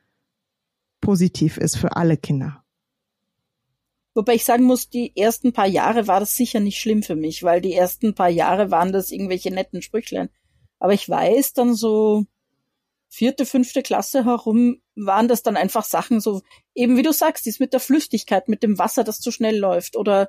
positiv ist für alle Kinder. Wobei ich sagen muss, die ersten paar Jahre war das sicher nicht schlimm für mich, weil die ersten paar Jahre waren das irgendwelche netten Sprüchlein. Aber ich weiß, dann so vierte, fünfte Klasse herum waren das dann einfach Sachen so, eben wie du sagst, dies mit der Flüssigkeit, mit dem Wasser, das zu schnell läuft oder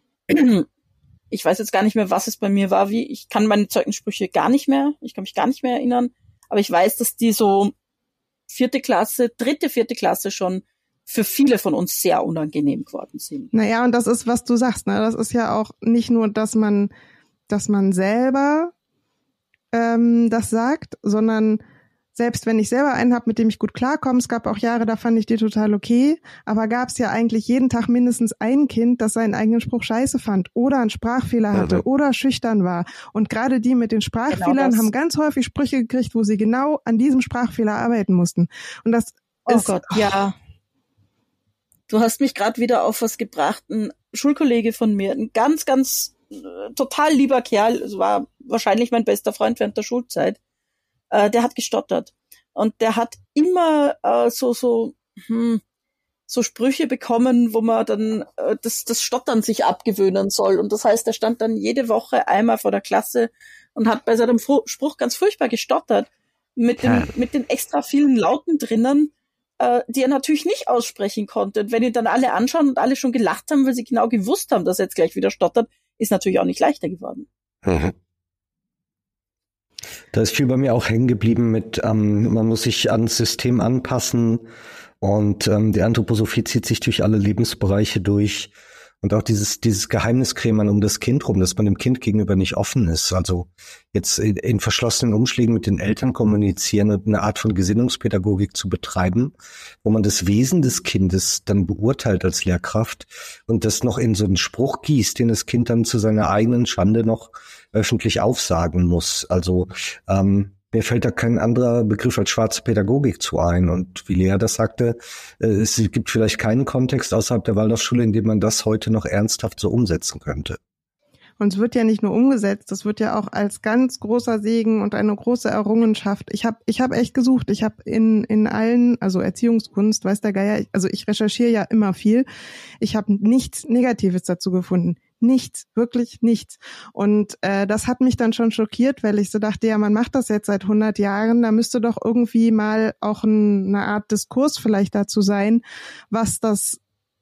ich weiß jetzt gar nicht mehr, was es bei mir war, wie, ich kann meine Zeugnissprüche gar nicht mehr, ich kann mich gar nicht mehr erinnern, aber ich weiß, dass die so vierte Klasse, dritte, vierte Klasse schon für viele von uns sehr unangenehm geworden sind. Naja, und das ist, was du sagst, ne, das ist ja auch nicht nur, dass man, dass man selber ähm, das sagt, sondern selbst wenn ich selber einen habe, mit dem ich gut klarkomme, es gab auch Jahre, da fand ich die total okay, aber gab es ja eigentlich jeden Tag mindestens ein Kind, das seinen eigenen Spruch scheiße fand oder einen Sprachfehler hatte mhm. oder schüchtern war. Und gerade die mit den Sprachfehlern genau haben ganz häufig Sprüche gekriegt, wo sie genau an diesem Sprachfehler arbeiten mussten. Und das oh ist... Gott, ja. Du hast mich gerade wieder auf was gebracht. Ein Schulkollege von mir, ein ganz, ganz äh, total lieber Kerl, es war wahrscheinlich mein bester Freund während der Schulzeit, äh, der hat gestottert. Und der hat immer äh, so so hm, so Sprüche bekommen, wo man dann äh, das, das Stottern sich abgewöhnen soll. Und das heißt, er stand dann jede Woche einmal vor der Klasse und hat bei seinem Fu- Spruch ganz furchtbar gestottert. Mit, dem, ja. mit den extra vielen Lauten drinnen, äh, die er natürlich nicht aussprechen konnte. Und wenn ihn dann alle anschauen und alle schon gelacht haben, weil sie genau gewusst haben, dass er jetzt gleich wieder stottert, ist natürlich auch nicht leichter geworden. Mhm. Da ist viel bei mir auch hängen geblieben mit, ähm, man muss sich ans System anpassen und ähm, die Anthroposophie zieht sich durch alle Lebensbereiche durch und auch dieses dieses Geheimniskrämern um das Kind rum, dass man dem Kind gegenüber nicht offen ist. Also jetzt in, in verschlossenen Umschlägen mit den Eltern kommunizieren und eine Art von Gesinnungspädagogik zu betreiben, wo man das Wesen des Kindes dann beurteilt als Lehrkraft und das noch in so einen Spruch gießt, den das Kind dann zu seiner eigenen Schande noch öffentlich aufsagen muss. Also ähm, mir fällt da kein anderer Begriff als schwarze Pädagogik zu ein. Und wie Lea das sagte, äh, es gibt vielleicht keinen Kontext außerhalb der Waldorfschule, in dem man das heute noch ernsthaft so umsetzen könnte. Und es wird ja nicht nur umgesetzt, es wird ja auch als ganz großer Segen und eine große Errungenschaft. Ich habe ich hab echt gesucht. Ich habe in in allen, also Erziehungskunst, weiß der Geier, also ich recherchiere ja immer viel. Ich habe nichts Negatives dazu gefunden. Nichts, wirklich nichts. Und äh, das hat mich dann schon schockiert, weil ich so dachte, ja, man macht das jetzt seit hundert Jahren, da müsste doch irgendwie mal auch ein, eine Art Diskurs vielleicht dazu sein, was das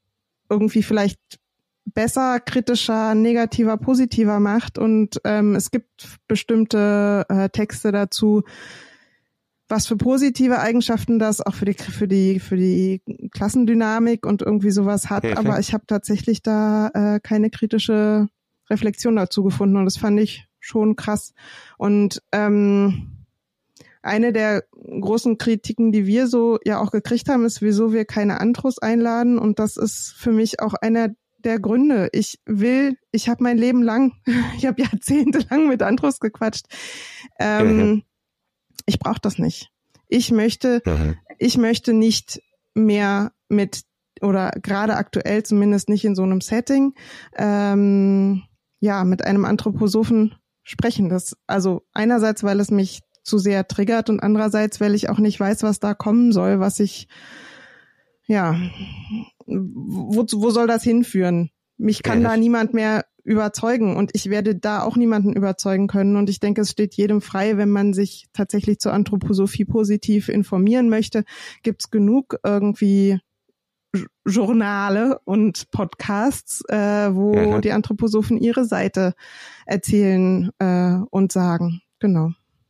irgendwie vielleicht besser, kritischer, negativer, positiver macht. Und ähm, es gibt bestimmte äh, Texte dazu, was für positive Eigenschaften das auch für die für die für die Klassendynamik und irgendwie sowas hat. Mhm. Aber ich habe tatsächlich da äh, keine kritische Reflexion dazu gefunden und das fand ich schon krass. Und ähm, eine der großen Kritiken, die wir so ja auch gekriegt haben, ist, wieso wir keine Andros einladen. Und das ist für mich auch einer der Gründe. Ich will, ich habe mein Leben lang, ich habe jahrzehntelang mit Andros gequatscht. Ähm, mhm. Ich brauche das nicht. Ich möchte, mhm. ich möchte nicht mehr mit, oder gerade aktuell zumindest nicht in so einem Setting, ähm, ja, mit einem Anthroposophen sprechen. Das, also einerseits, weil es mich zu sehr triggert und andererseits, weil ich auch nicht weiß, was da kommen soll, was ich, ja, wo, wo soll das hinführen? Mich kann ja, da niemand mehr überzeugen und ich werde da auch niemanden überzeugen können und ich denke, es steht jedem frei, wenn man sich tatsächlich zur Anthroposophie positiv informieren möchte, gibt's genug irgendwie Journale und Podcasts, äh, wo ja. die Anthroposophen ihre Seite erzählen äh, und sagen. Genau.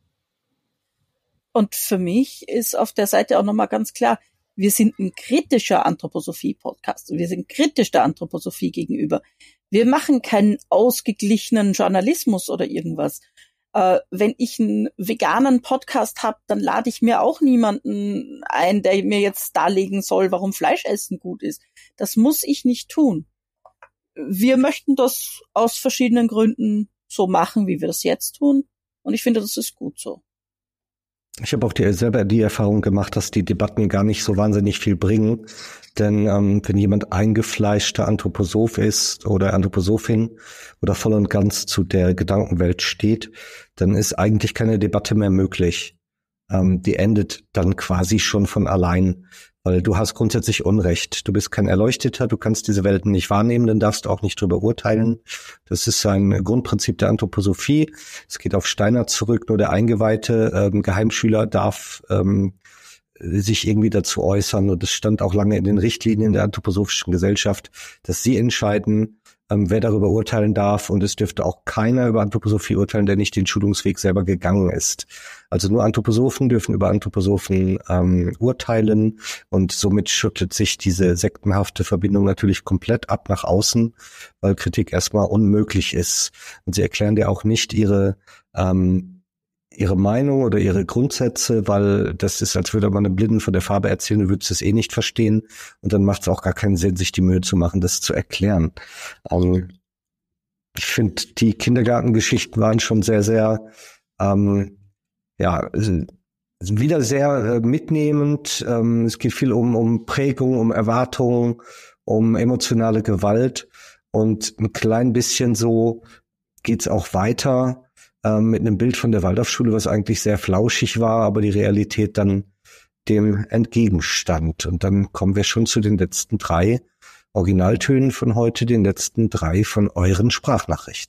Und für mich ist auf der Seite auch nochmal ganz klar, wir sind ein kritischer Anthroposophie-Podcast. Wir sind kritisch der Anthroposophie gegenüber. Wir machen keinen ausgeglichenen Journalismus oder irgendwas. Äh, wenn ich einen veganen Podcast habe, dann lade ich mir auch niemanden ein, der mir jetzt darlegen soll, warum Fleischessen gut ist. Das muss ich nicht tun. Wir möchten das aus verschiedenen Gründen so machen, wie wir das jetzt tun. Und ich finde, das ist gut so. Ich habe auch die, selber die Erfahrung gemacht, dass die Debatten gar nicht so wahnsinnig viel bringen. Denn ähm, wenn jemand eingefleischter Anthroposoph ist oder Anthroposophin oder voll und ganz zu der Gedankenwelt steht, dann ist eigentlich keine Debatte mehr möglich. Ähm, die endet dann quasi schon von allein, weil du hast grundsätzlich Unrecht. Du bist kein Erleuchteter, du kannst diese Welten nicht wahrnehmen, dann darfst du auch nicht drüber urteilen. Das ist ein Grundprinzip der Anthroposophie. Es geht auf Steiner zurück, nur der eingeweihte ähm, Geheimschüler darf ähm, sich irgendwie dazu äußern. Und es stand auch lange in den Richtlinien der anthroposophischen Gesellschaft, dass sie entscheiden, ähm, wer darüber urteilen darf. Und es dürfte auch keiner über Anthroposophie urteilen, der nicht den Schulungsweg selber gegangen ist. Also nur Anthroposophen dürfen über Anthroposophen ähm, urteilen. Und somit schüttet sich diese sektenhafte Verbindung natürlich komplett ab nach außen, weil Kritik erstmal unmöglich ist. Und sie erklären dir auch nicht ihre ähm, ihre Meinung oder ihre Grundsätze, weil das ist, als würde man einem Blinden von der Farbe erzählen, du würdest es eh nicht verstehen und dann macht es auch gar keinen Sinn, sich die Mühe zu machen, das zu erklären. Also ich finde, die Kindergartengeschichten waren schon sehr, sehr, ähm, ja, wieder sehr äh, mitnehmend. Ähm, es geht viel um, um Prägung, um Erwartungen, um emotionale Gewalt und ein klein bisschen so geht's auch weiter mit einem Bild von der Waldorfschule, was eigentlich sehr flauschig war, aber die Realität dann dem entgegenstand. Und dann kommen wir schon zu den letzten drei Originaltönen von heute, den letzten drei von euren Sprachnachrichten.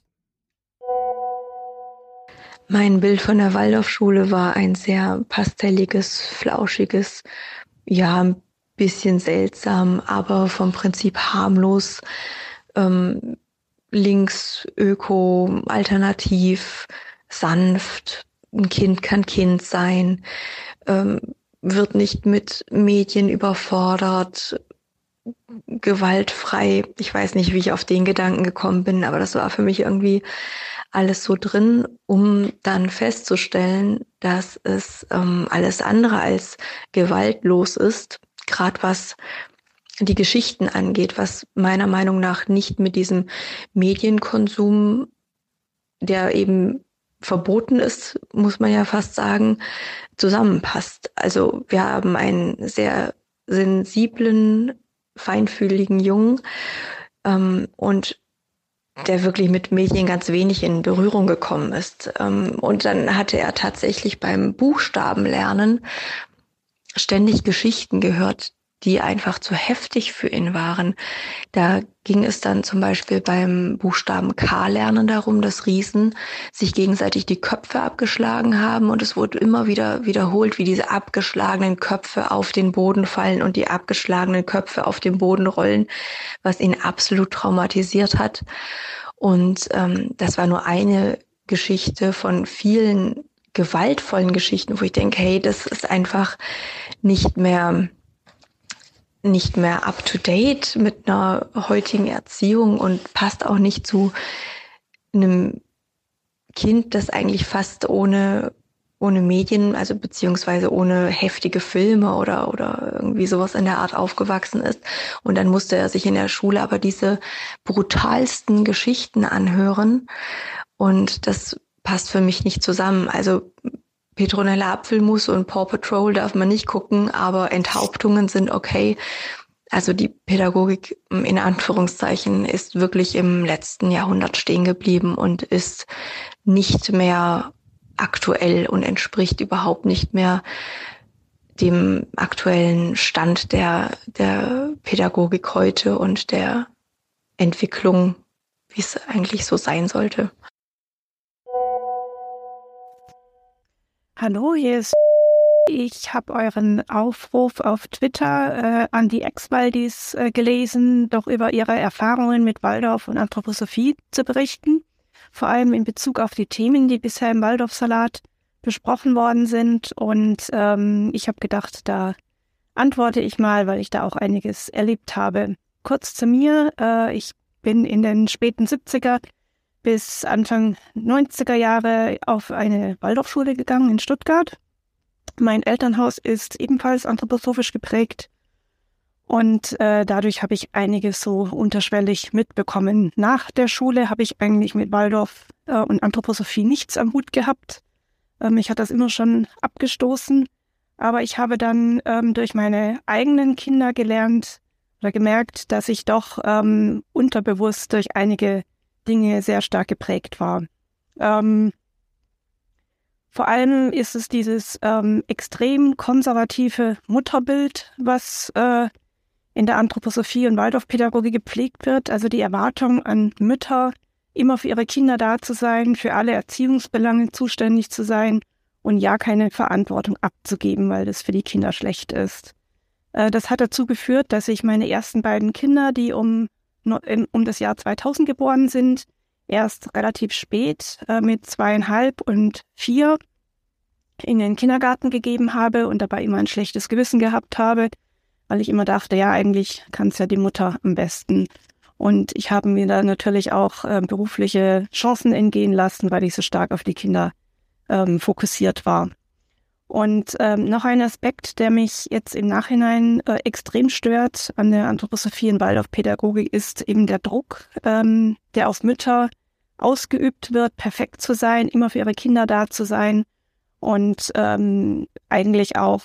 Mein Bild von der Waldorfschule war ein sehr pastelliges, flauschiges, ja, ein bisschen seltsam, aber vom Prinzip harmlos, ähm, links, öko, alternativ, sanft, ein Kind kann Kind sein, ähm, wird nicht mit Medien überfordert, gewaltfrei. Ich weiß nicht, wie ich auf den Gedanken gekommen bin, aber das war für mich irgendwie alles so drin, um dann festzustellen, dass es ähm, alles andere als gewaltlos ist, gerade was die Geschichten angeht, was meiner Meinung nach nicht mit diesem Medienkonsum, der eben verboten ist, muss man ja fast sagen, zusammenpasst. Also wir haben einen sehr sensiblen, feinfühligen Jungen ähm, und der wirklich mit Medien ganz wenig in Berührung gekommen ist. Ähm, und dann hatte er tatsächlich beim Buchstabenlernen ständig Geschichten gehört, die einfach zu heftig für ihn waren. Da ging es dann zum Beispiel beim Buchstaben K lernen darum, dass Riesen sich gegenseitig die Köpfe abgeschlagen haben und es wurde immer wieder wiederholt, wie diese abgeschlagenen Köpfe auf den Boden fallen und die abgeschlagenen Köpfe auf den Boden rollen, was ihn absolut traumatisiert hat. Und ähm, das war nur eine Geschichte von vielen gewaltvollen Geschichten, wo ich denke, hey, das ist einfach nicht mehr nicht mehr up to date mit einer heutigen Erziehung und passt auch nicht zu einem Kind, das eigentlich fast ohne ohne Medien, also beziehungsweise ohne heftige Filme oder oder irgendwie sowas in der Art aufgewachsen ist. Und dann musste er sich in der Schule aber diese brutalsten Geschichten anhören und das passt für mich nicht zusammen. Also Petronella Apfelmus und Paw Patrol darf man nicht gucken, aber Enthauptungen sind okay. Also die Pädagogik in Anführungszeichen ist wirklich im letzten Jahrhundert stehen geblieben und ist nicht mehr aktuell und entspricht überhaupt nicht mehr dem aktuellen Stand der, der Pädagogik heute und der Entwicklung, wie es eigentlich so sein sollte. Hallo, hier ist ich habe euren Aufruf auf Twitter äh, an die Ex-Waldis äh, gelesen, doch über ihre Erfahrungen mit Waldorf und Anthroposophie zu berichten, vor allem in Bezug auf die Themen, die bisher im Waldorfsalat besprochen worden sind. Und ähm, ich habe gedacht, da antworte ich mal, weil ich da auch einiges erlebt habe. Kurz zu mir, äh, ich bin in den späten siebziger bis Anfang neunziger Jahre auf eine Waldorfschule gegangen in Stuttgart. Mein Elternhaus ist ebenfalls anthroposophisch geprägt und äh, dadurch habe ich einiges so unterschwellig mitbekommen. Nach der Schule habe ich eigentlich mit Waldorf äh, und Anthroposophie nichts am Hut gehabt. Ähm, mich hat das immer schon abgestoßen, aber ich habe dann ähm, durch meine eigenen Kinder gelernt oder gemerkt, dass ich doch ähm, unterbewusst durch einige Dinge sehr stark geprägt war. Ähm, vor allem ist es dieses ähm, extrem konservative Mutterbild, was äh, in der Anthroposophie und Waldorfpädagogik gepflegt wird. Also die Erwartung an Mütter, immer für ihre Kinder da zu sein, für alle Erziehungsbelange zuständig zu sein und ja keine Verantwortung abzugeben, weil das für die Kinder schlecht ist. Äh, das hat dazu geführt, dass ich meine ersten beiden Kinder, die um um das Jahr zweitausend geboren sind, erst relativ spät äh, mit zweieinhalb und vier in den Kindergarten gegeben habe und dabei immer ein schlechtes Gewissen gehabt habe, weil ich immer dachte, ja, eigentlich kann es ja die Mutter am besten. Und ich habe mir da natürlich auch äh, berufliche Chancen entgehen lassen, weil ich so stark auf die Kinder ähm, fokussiert war. Und ähm, noch ein Aspekt, der mich jetzt im Nachhinein äh, extrem stört an der Anthroposophie und Waldorfpädagogik, ist eben der Druck, ähm, der auf Mütter ausgeübt wird, perfekt zu sein, immer für ihre Kinder da zu sein und ähm, eigentlich auch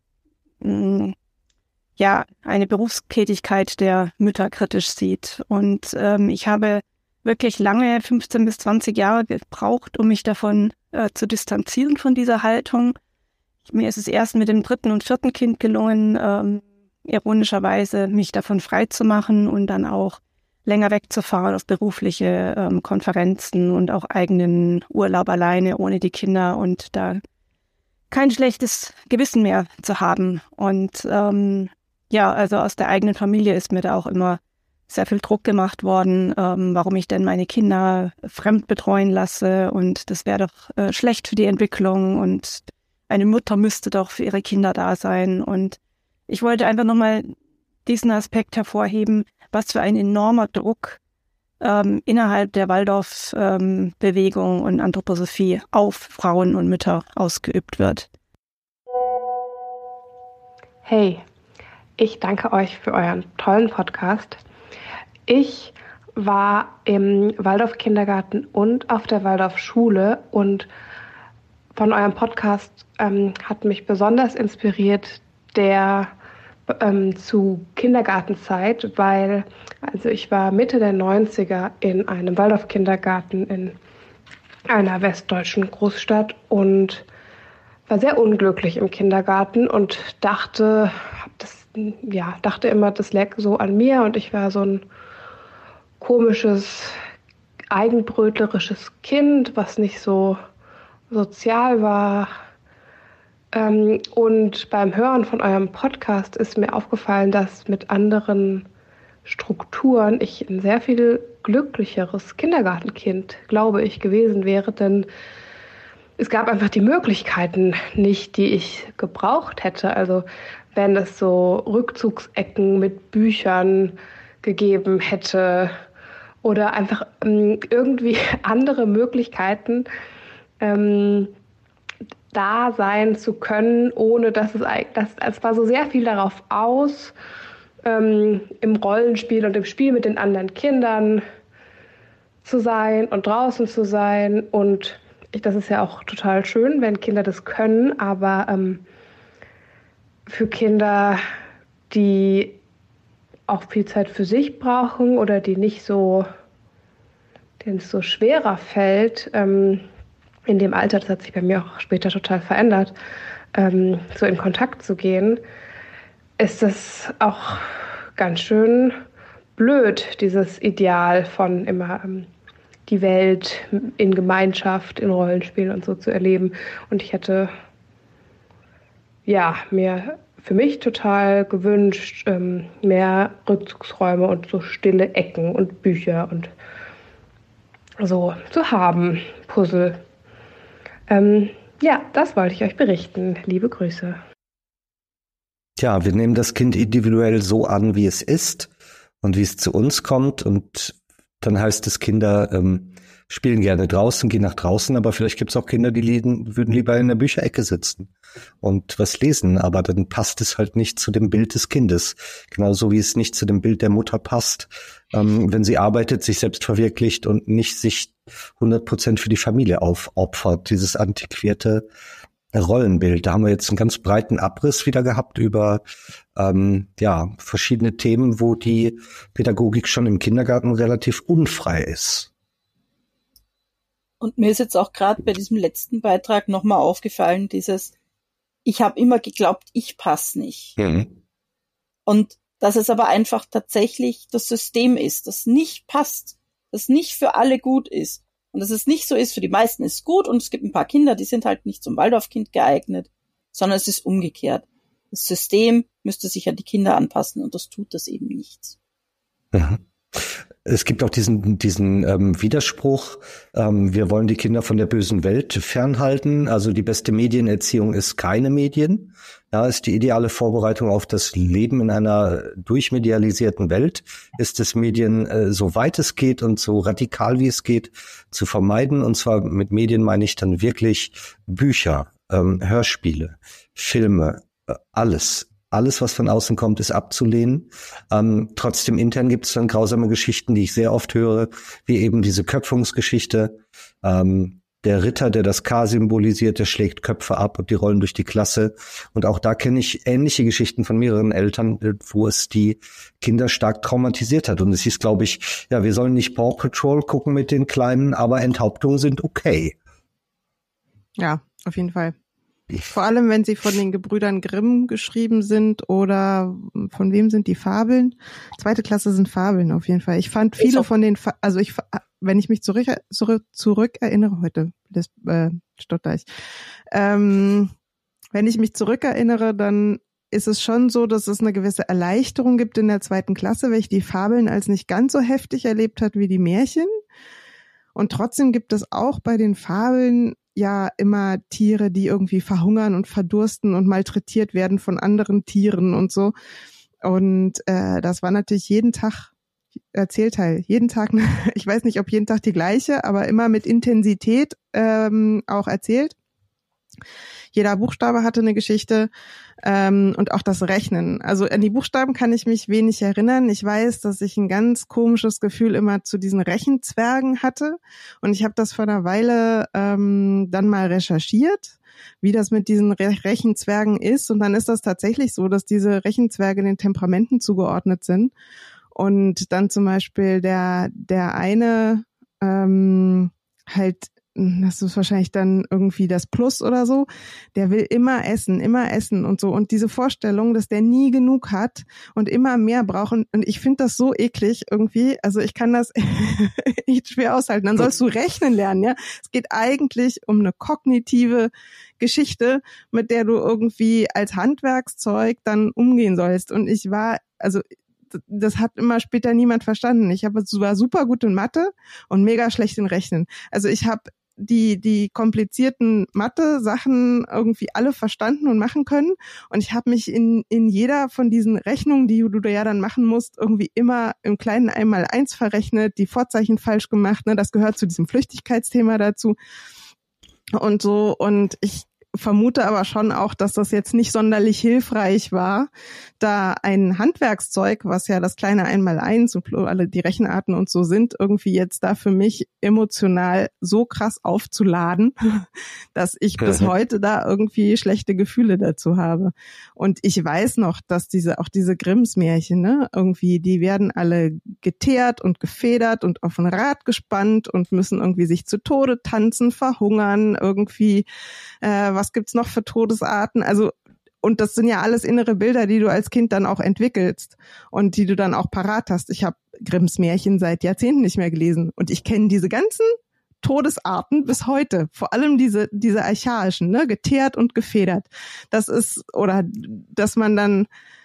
mh, ja eine Berufstätigkeit der Mütter kritisch sieht. Und ähm, ich habe wirklich lange, fünfzehn bis zwanzig Jahre gebraucht, um mich davon äh, zu distanzieren von dieser Haltung. Mir ist es erst mit dem dritten und vierten Kind gelungen, ähm, ironischerweise mich davon frei zu machen und dann auch länger wegzufahren auf berufliche ähm, Konferenzen und auch eigenen Urlaub alleine ohne die Kinder und da kein schlechtes Gewissen mehr zu haben. Und ähm, ja, also aus der eigenen Familie ist mir da auch immer sehr viel Druck gemacht worden, ähm, warum ich denn meine Kinder fremd betreuen lasse und das wäre doch äh, schlecht für die Entwicklung und eine Mutter müsste doch für ihre Kinder da sein. Und ich wollte einfach nochmal diesen Aspekt hervorheben, was für ein enormer Druck ähm, innerhalb der Waldorf-Bewegung ähm, und Anthroposophie auf Frauen und Mütter ausgeübt wird. Hey, ich danke euch für euren tollen Podcast. Ich war im Waldorf-Kindergarten und auf der Waldorfschule und von eurem Podcast ähm, hat mich besonders inspiriert der ähm, zu Kindergartenzeit, weil also ich war Mitte der neunziger in einem Waldorf-Kindergarten in einer westdeutschen Großstadt und war sehr unglücklich im Kindergarten und dachte, habe das ja, dachte immer, das lag so an mir und ich war so ein komisches, eigenbrötlerisches Kind, was nicht so sozial war. Ähm, und beim Hören von eurem Podcast ist mir aufgefallen, dass mit anderen Strukturen ich ein sehr viel glücklicheres Kindergartenkind, glaube ich, gewesen wäre, denn es gab einfach die Möglichkeiten nicht, die ich gebraucht hätte. Also wenn es so Rückzugsecken mit Büchern gegeben hätte oder einfach ähm, irgendwie andere Möglichkeiten, ähm, da sein zu können, ohne dass es, das, es war so sehr viel darauf aus, ähm, im Rollenspiel und im Spiel mit den anderen Kindern zu sein und draußen zu sein. Und ich, das ist ja auch total schön, wenn Kinder das können, aber ähm, für Kinder, die auch viel Zeit für sich brauchen oder die nicht so, denen es so schwerer fällt, ähm, in dem Alter, das hat sich bei mir auch später total verändert, ähm, so in Kontakt zu gehen, ist das auch ganz schön blöd, dieses Ideal von immer ähm, die Welt in Gemeinschaft, in Rollenspielen und so zu erleben. Und ich hätte ja mir für mich total gewünscht, ähm, mehr Rückzugsräume und so stille Ecken und Bücher und so zu haben, Puzzle. Ähm, ja, das wollte ich euch berichten. Liebe Grüße. Tja, wir nehmen das Kind individuell so an, wie es ist und wie es zu uns kommt. Und dann heißt es, Kinder ähm, spielen gerne draußen, gehen nach draußen, aber vielleicht gibt es auch Kinder, die lieben, würden lieber in der Bücherecke sitzen und was lesen, aber dann passt es halt nicht zu dem Bild des Kindes. Genauso wie es nicht zu dem Bild der Mutter passt, ähm, wenn sie arbeitet, sich selbst verwirklicht und nicht sich hundert Prozent für die Familie aufopfert. Dieses antiquierte Rollenbild. Da haben wir jetzt einen ganz breiten Abriss wieder gehabt über ähm, ja verschiedene Themen, wo die Pädagogik schon im Kindergarten relativ unfrei ist. Und mir ist jetzt auch gerade bei diesem letzten Beitrag nochmal aufgefallen, dieses, ich habe immer geglaubt, ich passe nicht. Mhm. Und dass es aber einfach tatsächlich das System ist, das nicht passt, das nicht für alle gut ist. Und dass es nicht so ist, für die meisten ist es gut und es gibt ein paar Kinder, die sind halt nicht zum Waldorfkind geeignet, sondern es ist umgekehrt. Das System müsste sich an die Kinder anpassen und das tut das eben nicht. Mhm. Es gibt auch diesen diesen ähm, Widerspruch, ähm, wir wollen die Kinder von der bösen Welt fernhalten, also die beste Medienerziehung ist keine Medien, ja, ist die ideale Vorbereitung auf das Leben in einer durchmedialisierten Welt, ist es Medien äh, so weit es geht und so radikal wie es geht zu vermeiden, und zwar mit Medien meine ich dann wirklich Bücher, ähm, Hörspiele, Filme, äh, alles. Alles, was von außen kommt, ist abzulehnen. Ähm, trotzdem intern gibt es dann grausame Geschichten, die ich sehr oft höre, wie eben diese Köpfungsgeschichte. Ähm, der Ritter, der das K symbolisiert, der schlägt Köpfe ab und die rollen durch die Klasse. Und auch da kenne ich ähnliche Geschichten von mehreren Eltern, wo es die Kinder stark traumatisiert hat. Und es hieß, glaube ich, ja, wir sollen nicht Paw Patrol gucken mit den Kleinen, aber Enthauptungen sind okay. Ja, auf jeden Fall. Vor allem, wenn sie von den Gebrüdern Grimm geschrieben sind oder von wem sind die Fabeln? Zweite Klasse sind Fabeln auf jeden Fall. Ich fand viele von den, Fa- also ich, wenn ich mich zurück, zurück, zurück erinnere, heute, das äh, stotter ich, ähm, wenn ich mich zurückerinnere, dann ist es schon so, dass es eine gewisse Erleichterung gibt in der zweiten Klasse, weil ich die Fabeln als nicht ganz so heftig erlebt hat wie die Märchen. Und trotzdem gibt es auch bei den Fabeln ja immer Tiere, die irgendwie verhungern und verdursten und malträtiert werden von anderen Tieren und so. Und äh, das war natürlich jeden Tag Erzählteil, jeden Tag, ich weiß nicht, ob jeden Tag die gleiche, aber immer mit Intensität ähm, auch erzählt. Jeder Buchstabe hatte eine Geschichte ähm, und auch das Rechnen. Also an die Buchstaben kann ich mich wenig erinnern. Ich weiß, dass ich ein ganz komisches Gefühl immer zu diesen Rechenzwergen hatte und ich habe das vor einer Weile ähm, dann mal recherchiert, wie das mit diesen Re- Rechenzwergen ist, und dann ist das tatsächlich so, dass diese Rechenzwerge den Temperamenten zugeordnet sind und dann zum Beispiel der der eine ähm, halt das ist wahrscheinlich dann irgendwie das Plus oder so, der will immer essen, immer essen und so. Und diese Vorstellung, dass der nie genug hat und immer mehr braucht. Und ich finde das so eklig irgendwie. Also ich kann das echt schwer aushalten. Dann sollst du rechnen lernen, ja. Es geht eigentlich um eine kognitive Geschichte, mit der du irgendwie als Handwerkszeug dann umgehen sollst. Und ich war, also das hat immer später niemand verstanden. Ich habe war super gut in Mathe und mega schlecht in Rechnen. Also ich habe die die komplizierten Mathe-Sachen irgendwie alle verstanden und machen können. Und ich habe mich in in jeder von diesen Rechnungen, die du da ja dann machen musst, irgendwie immer im kleinen Einmaleins verrechnet, die Vorzeichen falsch gemacht. Ne, das gehört zu diesem Flüchtigkeitsthema dazu und so. Und ich vermute aber schon auch, dass das jetzt nicht sonderlich hilfreich war, da ein Handwerkszeug, was ja das kleine Einmaleins und alle die Rechenarten und so sind, irgendwie jetzt da für mich emotional so krass aufzuladen, dass ich bis heute da irgendwie schlechte Gefühle dazu habe. Und ich weiß noch, dass diese auch diese Grimms-Märchen, ne, irgendwie, die werden alle geteert und gefedert und auf ein Rad gespannt und müssen irgendwie sich zu Tode tanzen, verhungern, irgendwie, äh, was gibt's noch für Todesarten? Also, und das sind ja alles innere Bilder, die du als Kind dann auch entwickelst und die du dann auch parat hast. Ich habe Grimms Märchen seit Jahrzehnten nicht mehr gelesen und ich kenne diese ganzen Todesarten bis heute. Vor allem diese diese archaischen, ne, geteert und gefedert. Das ist, oder dass man dann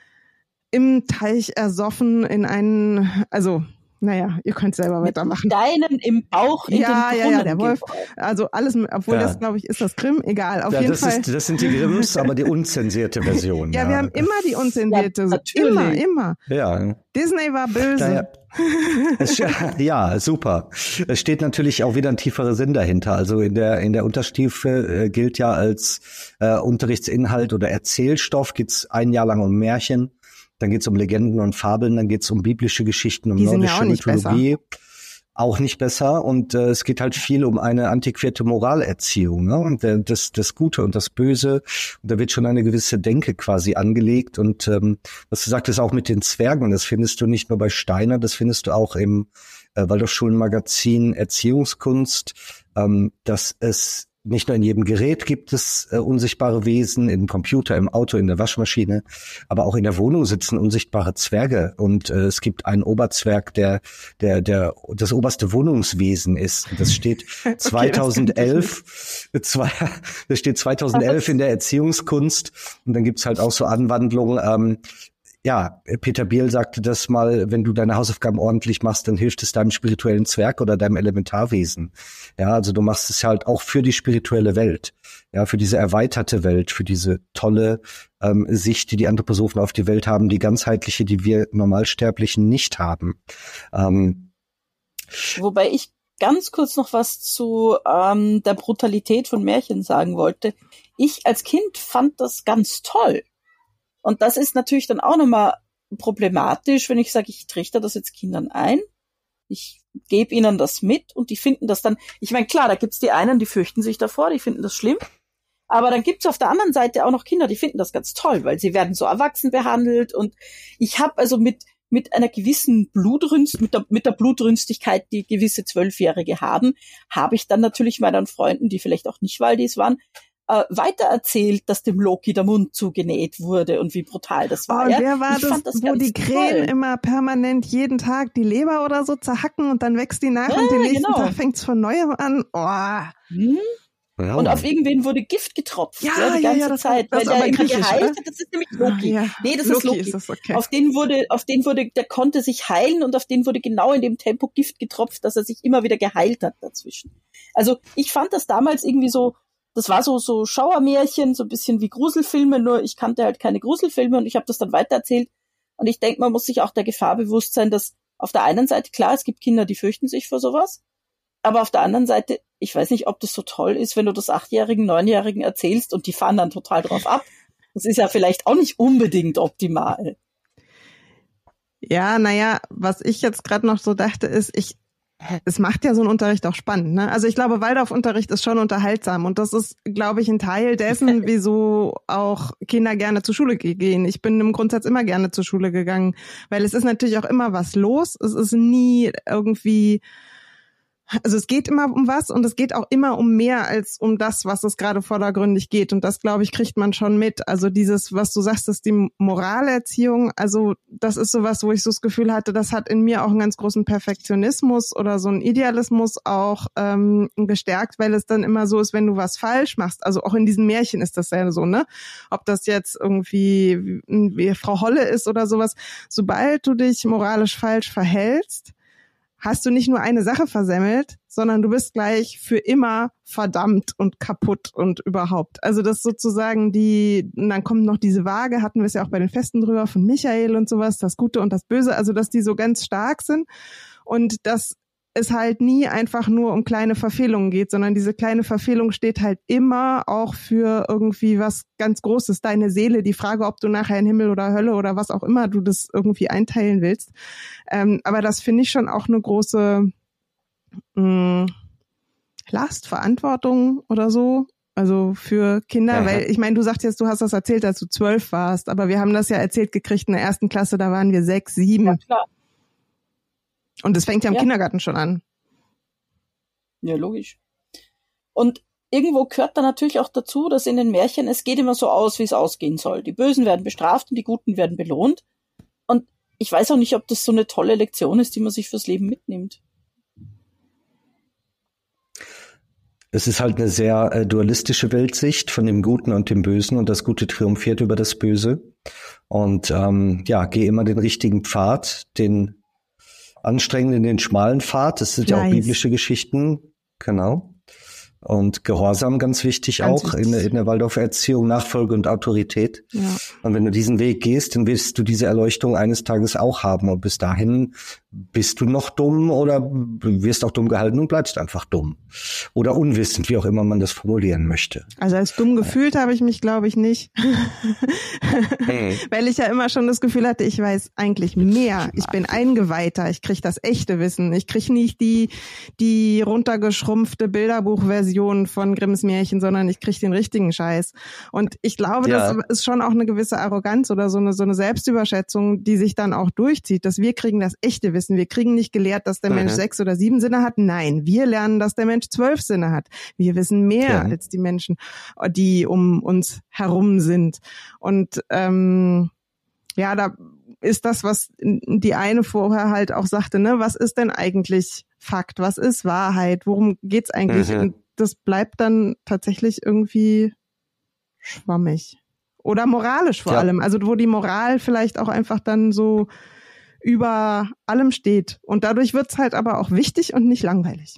im Teich ersoffen in einen, also naja, ihr könnt selber weitermachen. Mit Steinen im Bauch in ja, den Ja, ja, der Wolf. Also alles, obwohl ja. das, glaube ich, ist das Grimm. Egal, auf ja, jeden das Fall. Ist, das sind die Grimms, aber die unzensierte Version. ja, ja, wir haben immer die unzensierte. Ja, natürlich. Immer, immer. Ja. Disney war böse. Ja, es, ja, super. Es steht natürlich auch wieder ein tieferer Sinn dahinter. Also in der in der Unterstufe äh, gilt ja als äh, Unterrichtsinhalt oder Erzählstoff, geht's ein Jahr lang um Märchen. Dann geht's um Legenden und Fabeln, dann geht's um biblische Geschichten, um die nordische ja auch Mythologie. Auch nicht besser. Und äh, es geht halt viel um eine antiquierte Moralerziehung, ne? Und äh, das das Gute und das Böse. Und da wird schon eine gewisse Denke quasi angelegt. Und ähm, was du sagtest, auch mit den Zwergen, das findest du nicht nur bei Steiner, das findest du auch im äh, Waldorfschulenmagazin Erziehungskunst, ähm, dass es nicht nur in jedem Gerät gibt es äh, unsichtbare Wesen, im Computer, im Auto, in der Waschmaschine, aber auch in der Wohnung sitzen unsichtbare Zwerge. Und äh, es gibt einen Oberzwerg, der der der das oberste Wohnungswesen ist. Das steht okay, zweitausendelf, das, zwei, das steht zweitausendelf in der Erziehungskunst. Und dann gibt's halt auch so Anwandlungen. Ähm, Ja, Peter Biel sagte das mal, wenn du deine Hausaufgaben ordentlich machst, dann hilft es deinem spirituellen Zwerg oder deinem Elementarwesen. Ja, also du machst es halt auch für die spirituelle Welt, ja, für diese erweiterte Welt, für diese tolle ähm, Sicht, die die Anthroposophen auf die Welt haben, die ganzheitliche, die wir Normalsterblichen nicht haben. Ähm, Wobei ich ganz kurz noch was zu ähm, der Brutalität von Märchen sagen wollte. Ich als Kind fand das ganz toll. Und das ist natürlich dann auch nochmal problematisch, wenn ich sage, ich trichter das jetzt Kindern ein. Ich gebe ihnen das mit und die finden das dann, ich meine, klar, da gibt's die einen, die fürchten sich davor, die finden das schlimm. Aber dann gibt's auf der anderen Seite auch noch Kinder, die finden das ganz toll, weil sie werden so erwachsen behandelt. Und ich habe also mit mit einer gewissen Blutrünst, mit der, mit der Blutrünstigkeit, die gewisse Zwölfjährige haben, habe ich dann natürlich meinen Freunden, die vielleicht auch nicht Waldis waren, Äh, weitererzählt, dass dem Loki der Mund zugenäht wurde und wie brutal das war. Oh, und ja? wer war ich das, fand das wo die Krähen toll. immer permanent jeden Tag die Leber oder so zerhacken und dann wächst die nach ja, und den nächsten genau. Tag fängt's von neuem an? Oh. Hm? Ja. Und auf irgendwen wurde Gift getropft, ja, ja, die ganze ja, ja, das, Zeit, das weil der immer griechisch, geheilt oder? hat. Das ist nämlich Loki. Ah, ja. Nee, das Loki ist Loki. Ist das, okay. Auf den wurde, auf den wurde, der konnte sich heilen und auf den wurde genau in dem Tempo Gift getropft, dass er sich immer wieder geheilt hat dazwischen. Also ich fand das damals irgendwie so, das war so so Schauermärchen, so ein bisschen wie Gruselfilme, nur ich kannte halt keine Gruselfilme und ich habe das dann weitererzählt. Und ich denke, man muss sich auch der Gefahr bewusst sein, dass auf der einen Seite, klar, es gibt Kinder, die fürchten sich vor sowas, aber auf der anderen Seite, ich weiß nicht, ob das so toll ist, wenn du das Achtjährigen, Neunjährigen erzählst und die fahren dann total drauf ab. Das ist ja vielleicht auch nicht unbedingt optimal. Ja, naja, was ich jetzt gerade noch so dachte, ist, ich es macht ja so einen Unterricht auch spannend, ne? Also ich glaube, Waldorfunterricht ist schon unterhaltsam und das ist, glaube ich, ein Teil dessen, wieso auch Kinder gerne zur Schule gehen. Ich bin im Grundsatz immer gerne zur Schule gegangen, weil es ist natürlich auch immer was los. Es ist nie irgendwie also es geht immer um was und es geht auch immer um mehr als um das, was es gerade vordergründig geht. Und das, glaube ich, kriegt man schon mit. Also dieses, was du sagst, ist die Moralerziehung. Also das ist sowas, wo ich so das Gefühl hatte, das hat in mir auch einen ganz großen Perfektionismus oder so einen Idealismus auch ähm, gestärkt, weil es dann immer so ist, wenn du was falsch machst. Also auch in diesen Märchen ist das ja so, ne? Ob das jetzt irgendwie wie Frau Holle ist oder sowas. Sobald du dich moralisch falsch verhältst, hast du nicht nur eine Sache versemmelt, sondern du bist gleich für immer verdammt und kaputt und überhaupt. Also das sozusagen die, und dann kommt noch diese Waage, hatten wir es ja auch bei den Festen drüber, von Michael und sowas, das Gute und das Böse, also dass die so ganz stark sind und dass es halt nie einfach nur um kleine Verfehlungen geht, sondern diese kleine Verfehlung steht halt immer auch für irgendwie was ganz Großes, deine Seele, die Frage, ob du nachher in Himmel oder Hölle oder was auch immer du das irgendwie einteilen willst. Ähm, aber das finde ich schon auch eine große mh, Last, Verantwortung oder so, also für Kinder, ja. Weil ich meine, du sagst jetzt, du hast das erzählt, als du zwölf warst, aber wir haben das ja erzählt gekriegt in der ersten Klasse, da waren wir sechs, sieben. Ja, klar. Und das fängt ja im ja. Kindergarten schon an. Ja, logisch. Und irgendwo gehört da natürlich auch dazu, dass in den Märchen, es geht immer so aus, wie es ausgehen soll. Die Bösen werden bestraft und die Guten werden belohnt. Und ich weiß auch nicht, ob das so eine tolle Lektion ist, die man sich fürs Leben mitnimmt. Es ist halt eine sehr äh, dualistische Weltsicht von dem Guten und dem Bösen und das Gute triumphiert über das Böse. Und ähm, ja, geh immer den richtigen Pfad, den anstrengenden, den schmalen Pfad. Das sind nice. Ja auch biblische Geschichten, genau. Und Gehorsam ganz wichtig ganz auch wichtig. In, in der Waldorf-Erziehung, Nachfolge und Autorität. Ja. Und wenn du diesen Weg gehst, dann wirst du diese Erleuchtung eines Tages auch haben. Und bis dahin bist du noch dumm oder wirst auch dumm gehalten und bleibst einfach dumm. Oder unwissend, wie auch immer man das formulieren möchte. Also als dumm gefühlt habe ich mich, glaube ich, nicht. Hey. Weil ich ja immer schon das Gefühl hatte, ich weiß eigentlich mehr. Ich bin eingeweihter. Ich kriege das echte Wissen. Ich kriege nicht die, die runtergeschrumpfte Bilderbuchversion von Grimms Märchen, sondern ich kriege den richtigen Scheiß. Und ich glaube, ja. das ist schon auch eine gewisse Arroganz oder so eine, so eine Selbstüberschätzung, die sich dann auch durchzieht, dass wir kriegen das echte Wissen. Wir kriegen nicht gelehrt, dass der mhm. Mensch sechs oder sieben Sinne hat. Nein, wir lernen, dass der Mensch zwölf Sinne hat. Wir wissen mehr ja. als die Menschen, die um uns herum sind. Und ähm, ja, da ist das, was die eine vorher halt auch sagte, ne, was ist denn eigentlich Fakt? Was ist Wahrheit? Worum geht's eigentlich? Mhm. Und das bleibt dann tatsächlich irgendwie schwammig. Oder moralisch vor ja. allem. Also wo die Moral vielleicht auch einfach dann so über allem steht. Und dadurch wird's halt aber auch wichtig und nicht langweilig.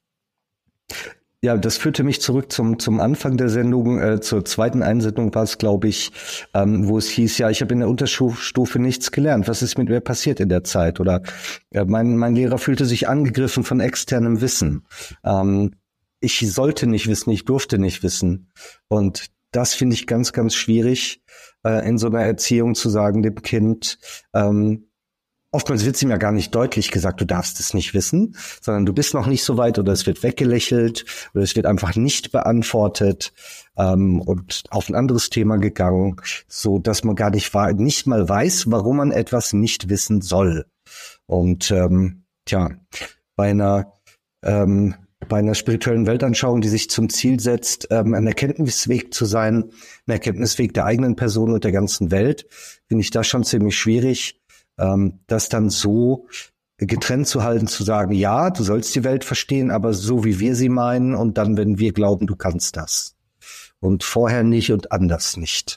Ja, das führte mich zurück zum zum Anfang der Sendung, äh, zur zweiten Einsendung war es, glaube ich, ähm, wo es hieß, ja, ich habe in der Unterstufe nichts gelernt. Was ist mit mir passiert in der Zeit? Oder äh, mein mein Lehrer fühlte sich angegriffen von externem Wissen. Ähm, ich sollte nicht wissen, ich durfte nicht wissen. Und das finde ich ganz, ganz schwierig, äh, in so einer Erziehung zu sagen dem Kind, ähm, oftmals wird es ihm ja gar nicht deutlich gesagt, du darfst es nicht wissen, sondern du bist noch nicht so weit oder es wird weggelächelt oder es wird einfach nicht beantwortet ähm, und auf ein anderes Thema gegangen, so dass man gar nicht, nicht mal weiß, warum man etwas nicht wissen soll. Und ähm, tja, bei einer ähm, bei einer spirituellen Weltanschauung, die sich zum Ziel setzt, ähm, ein Erkenntnisweg zu sein, ein Erkenntnisweg der eigenen Person und der ganzen Welt, finde ich das schon ziemlich schwierig, das dann so getrennt zu halten, zu sagen, ja, du sollst die Welt verstehen, aber so wie wir sie meinen und dann, wenn wir glauben, du kannst das. Und vorher nicht und anders nicht.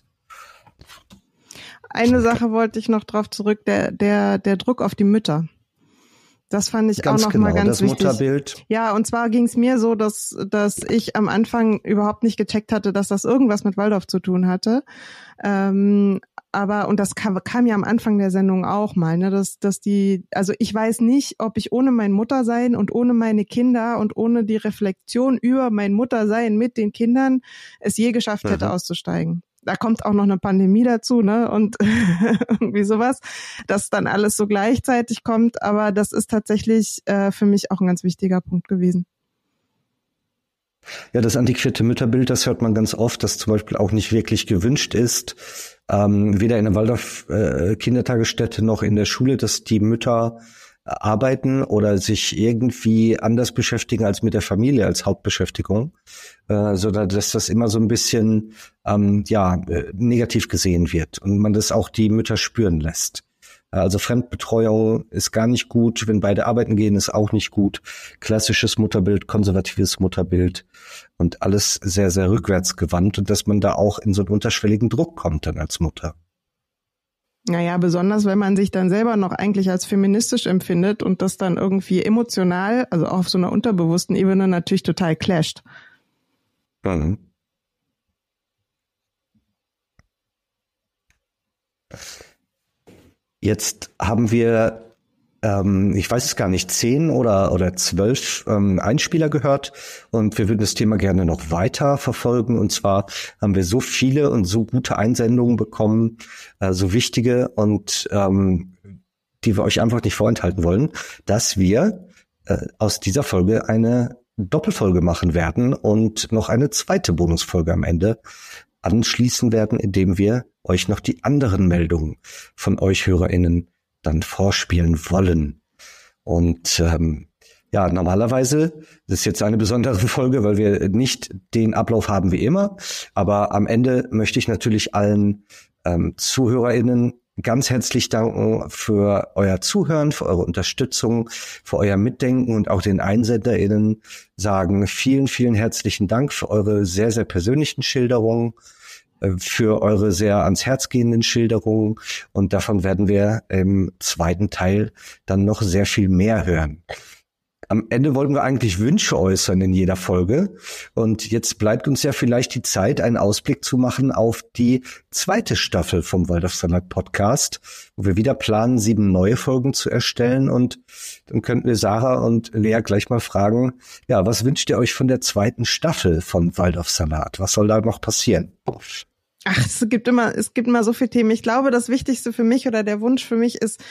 Eine Sache wollte ich noch drauf zurück, der, der, der Druck auf die Mütter. Das fand ich ganz auch noch genau, mal ganz das wichtig. Mutterbild. Ja, und zwar ging es mir so, dass dass ich am Anfang überhaupt nicht gecheckt hatte, dass das irgendwas mit Waldorf zu tun hatte. Ähm, aber, und das kam, kam ja am Anfang der Sendung auch mal, ne, dass, dass die, also ich weiß nicht, ob ich ohne mein Muttersein und ohne meine Kinder und ohne die Reflexion über mein Muttersein mit den Kindern es je geschafft hätte, mhm. auszusteigen. Da kommt auch noch eine Pandemie dazu, ne, und irgendwie sowas, dass dann alles so gleichzeitig kommt, aber das ist tatsächlich äh, für mich auch ein ganz wichtiger Punkt gewesen. Ja, das antiquierte Mütterbild, das hört man ganz oft, das zum Beispiel auch nicht wirklich gewünscht ist, ähm, weder in der Waldorf äh, Kindertagesstätte noch in der Schule, dass die Mütter arbeiten oder sich irgendwie anders beschäftigen als mit der Familie als Hauptbeschäftigung, äh, sondern dass das immer so ein bisschen ähm, ja negativ gesehen wird und man das auch die Mütter spüren lässt. Also Fremdbetreuung ist gar nicht gut, wenn beide arbeiten gehen, ist auch nicht gut. Klassisches Mutterbild, konservatives Mutterbild und alles sehr, sehr rückwärtsgewandt und dass man da auch in so einen unterschwelligen Druck kommt dann als Mutter. Naja, besonders wenn man sich dann selber noch eigentlich als feministisch empfindet und das dann irgendwie emotional, also auch auf so einer unterbewussten Ebene natürlich total clasht. Mhm. Jetzt haben wir, ähm, ich weiß es gar nicht, zehn oder oder zwölf ähm, Einspieler gehört und wir würden das Thema gerne noch weiter verfolgen. Und zwar haben wir so viele und so gute Einsendungen bekommen, äh, so wichtige und ähm, die wir euch einfach nicht vorenthalten wollen, dass wir äh, aus dieser Folge eine Doppelfolge machen werden und noch eine zweite Bonusfolge am Ende anschließen werden, indem wir euch noch die anderen Meldungen von euch HörerInnen dann vorspielen wollen. Und ähm, ja, normalerweise, das ist jetzt eine besondere Folge, weil wir nicht den Ablauf haben wie immer, aber am Ende möchte ich natürlich allen ähm, ZuhörerInnen ganz herzlich danken für euer Zuhören, für eure Unterstützung, für euer Mitdenken und auch den EinsenderInnen sagen vielen, vielen herzlichen Dank für eure sehr, sehr persönlichen Schilderungen, für eure sehr ans Herz gehenden Schilderungen und davon werden wir im zweiten Teil dann noch sehr viel mehr hören. Am Ende wollten wir eigentlich Wünsche äußern in jeder Folge und jetzt bleibt uns ja vielleicht die Zeit, einen Ausblick zu machen auf die zweite Staffel vom Waldorfsalat Podcast, wo wir wieder planen, sieben neue Folgen zu erstellen und dann könnten wir Sarah und Lea gleich mal fragen, ja, was wünscht ihr euch von der zweiten Staffel von Waldorfsalat? Was soll da noch passieren? Ach, es gibt immer, es gibt immer so viele Themen. Ich glaube, das Wichtigste für mich oder der Wunsch für mich ist,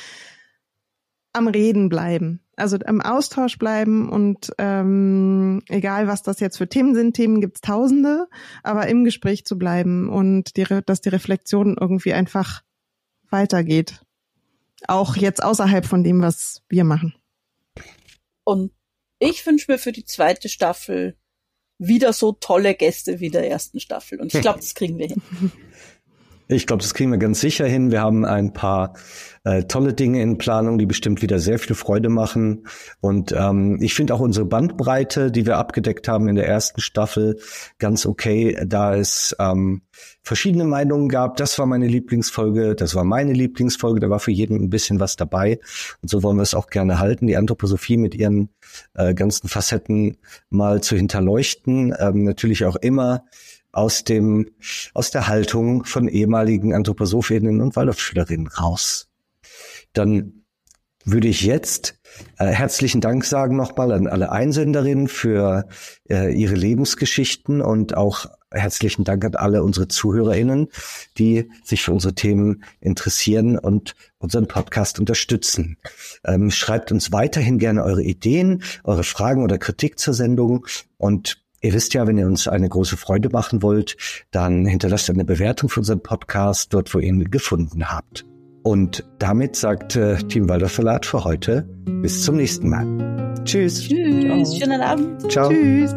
am Reden bleiben. Also im Austausch bleiben und ähm, egal, was das jetzt für Themen sind, Themen gibt's tausende, aber im Gespräch zu bleiben und die, dass die Reflexion irgendwie einfach weitergeht. Auch jetzt außerhalb von dem, was wir machen. Und ich wünsche mir für die zweite Staffel wieder so tolle Gäste wie der ersten Staffel. Und ich glaube, das kriegen wir hin. Ich glaube, das kriegen wir ganz sicher hin. Wir haben ein paar äh, tolle Dinge in Planung, die bestimmt wieder sehr viel Freude machen. Und ähm, ich finde auch unsere Bandbreite, die wir abgedeckt haben in der ersten Staffel, ganz okay. Da es ähm, verschiedene Meinungen gab, das war meine Lieblingsfolge, das war meine Lieblingsfolge, da war für jeden ein bisschen was dabei. Und so wollen wir es auch gerne halten, die Anthroposophie mit ihren äh, ganzen Facetten mal zu hinterleuchten. Ähm, natürlich auch immer aus dem, aus der Haltung von ehemaligen Anthroposophinnen und Waldorfschülerinnen raus. Dann würde ich jetzt äh, herzlichen Dank sagen nochmal an alle Einsenderinnen für äh, ihre Lebensgeschichten und auch herzlichen Dank an alle unsere ZuhörerInnen, die sich für unsere Themen interessieren und unseren Podcast unterstützen. Ähm, schreibt uns weiterhin gerne eure Ideen, eure Fragen oder Kritik zur Sendung und ihr wisst ja, wenn ihr uns eine große Freude machen wollt, dann hinterlasst eine Bewertung für unseren Podcast dort, wo ihr ihn gefunden habt. Und damit sagt äh, Team Waldorfsalat für heute bis zum nächsten Mal. Tschüss. Tschüss. Ciao. Schönen Abend. Ciao. Tschüss.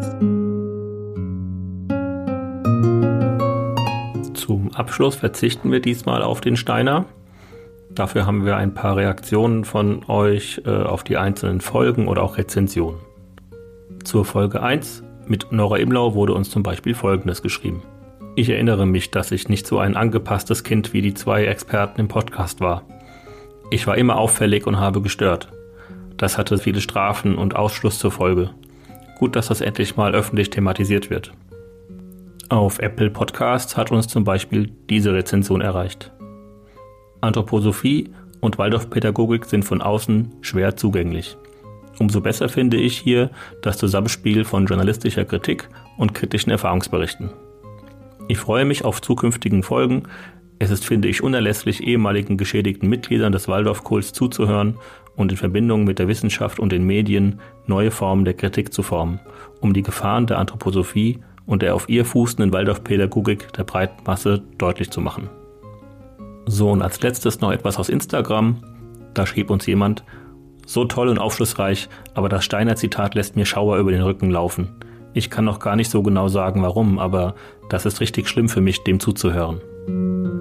Zum Abschluss verzichten wir diesmal auf den Steiner. Dafür haben wir ein paar Reaktionen von euch äh, auf die einzelnen Folgen oder auch Rezensionen. Zur Folge eins mit Nora Imlau wurde uns zum Beispiel Folgendes geschrieben. Ich erinnere mich, dass ich nicht so ein angepasstes Kind wie die zwei Experten im Podcast war. Ich war immer auffällig und habe gestört. Das hatte viele Strafen und Ausschluss zur Folge. Gut, dass das endlich mal öffentlich thematisiert wird. Auf Apple Podcasts hat uns zum Beispiel diese Rezension erreicht. Anthroposophie und Waldorfpädagogik sind von außen schwer zugänglich. Umso besser finde ich hier das Zusammenspiel von journalistischer Kritik und kritischen Erfahrungsberichten. Ich freue mich auf zukünftigen Folgen. Es ist, finde ich, unerlässlich, ehemaligen geschädigten Mitgliedern des Waldorfkults zuzuhören und in Verbindung mit der Wissenschaft und den Medien neue Formen der Kritik zu formen, um die Gefahren der Anthroposophie und der auf ihr fußenden Waldorfpädagogik der breiten Masse deutlich zu machen. So, und als letztes noch etwas aus Instagram. Da schrieb uns jemand: So toll und aufschlussreich, aber das Steiner-Zitat lässt mir Schauer über den Rücken laufen. Ich kann noch gar nicht so genau sagen, warum, aber das ist richtig schlimm für mich, dem zuzuhören.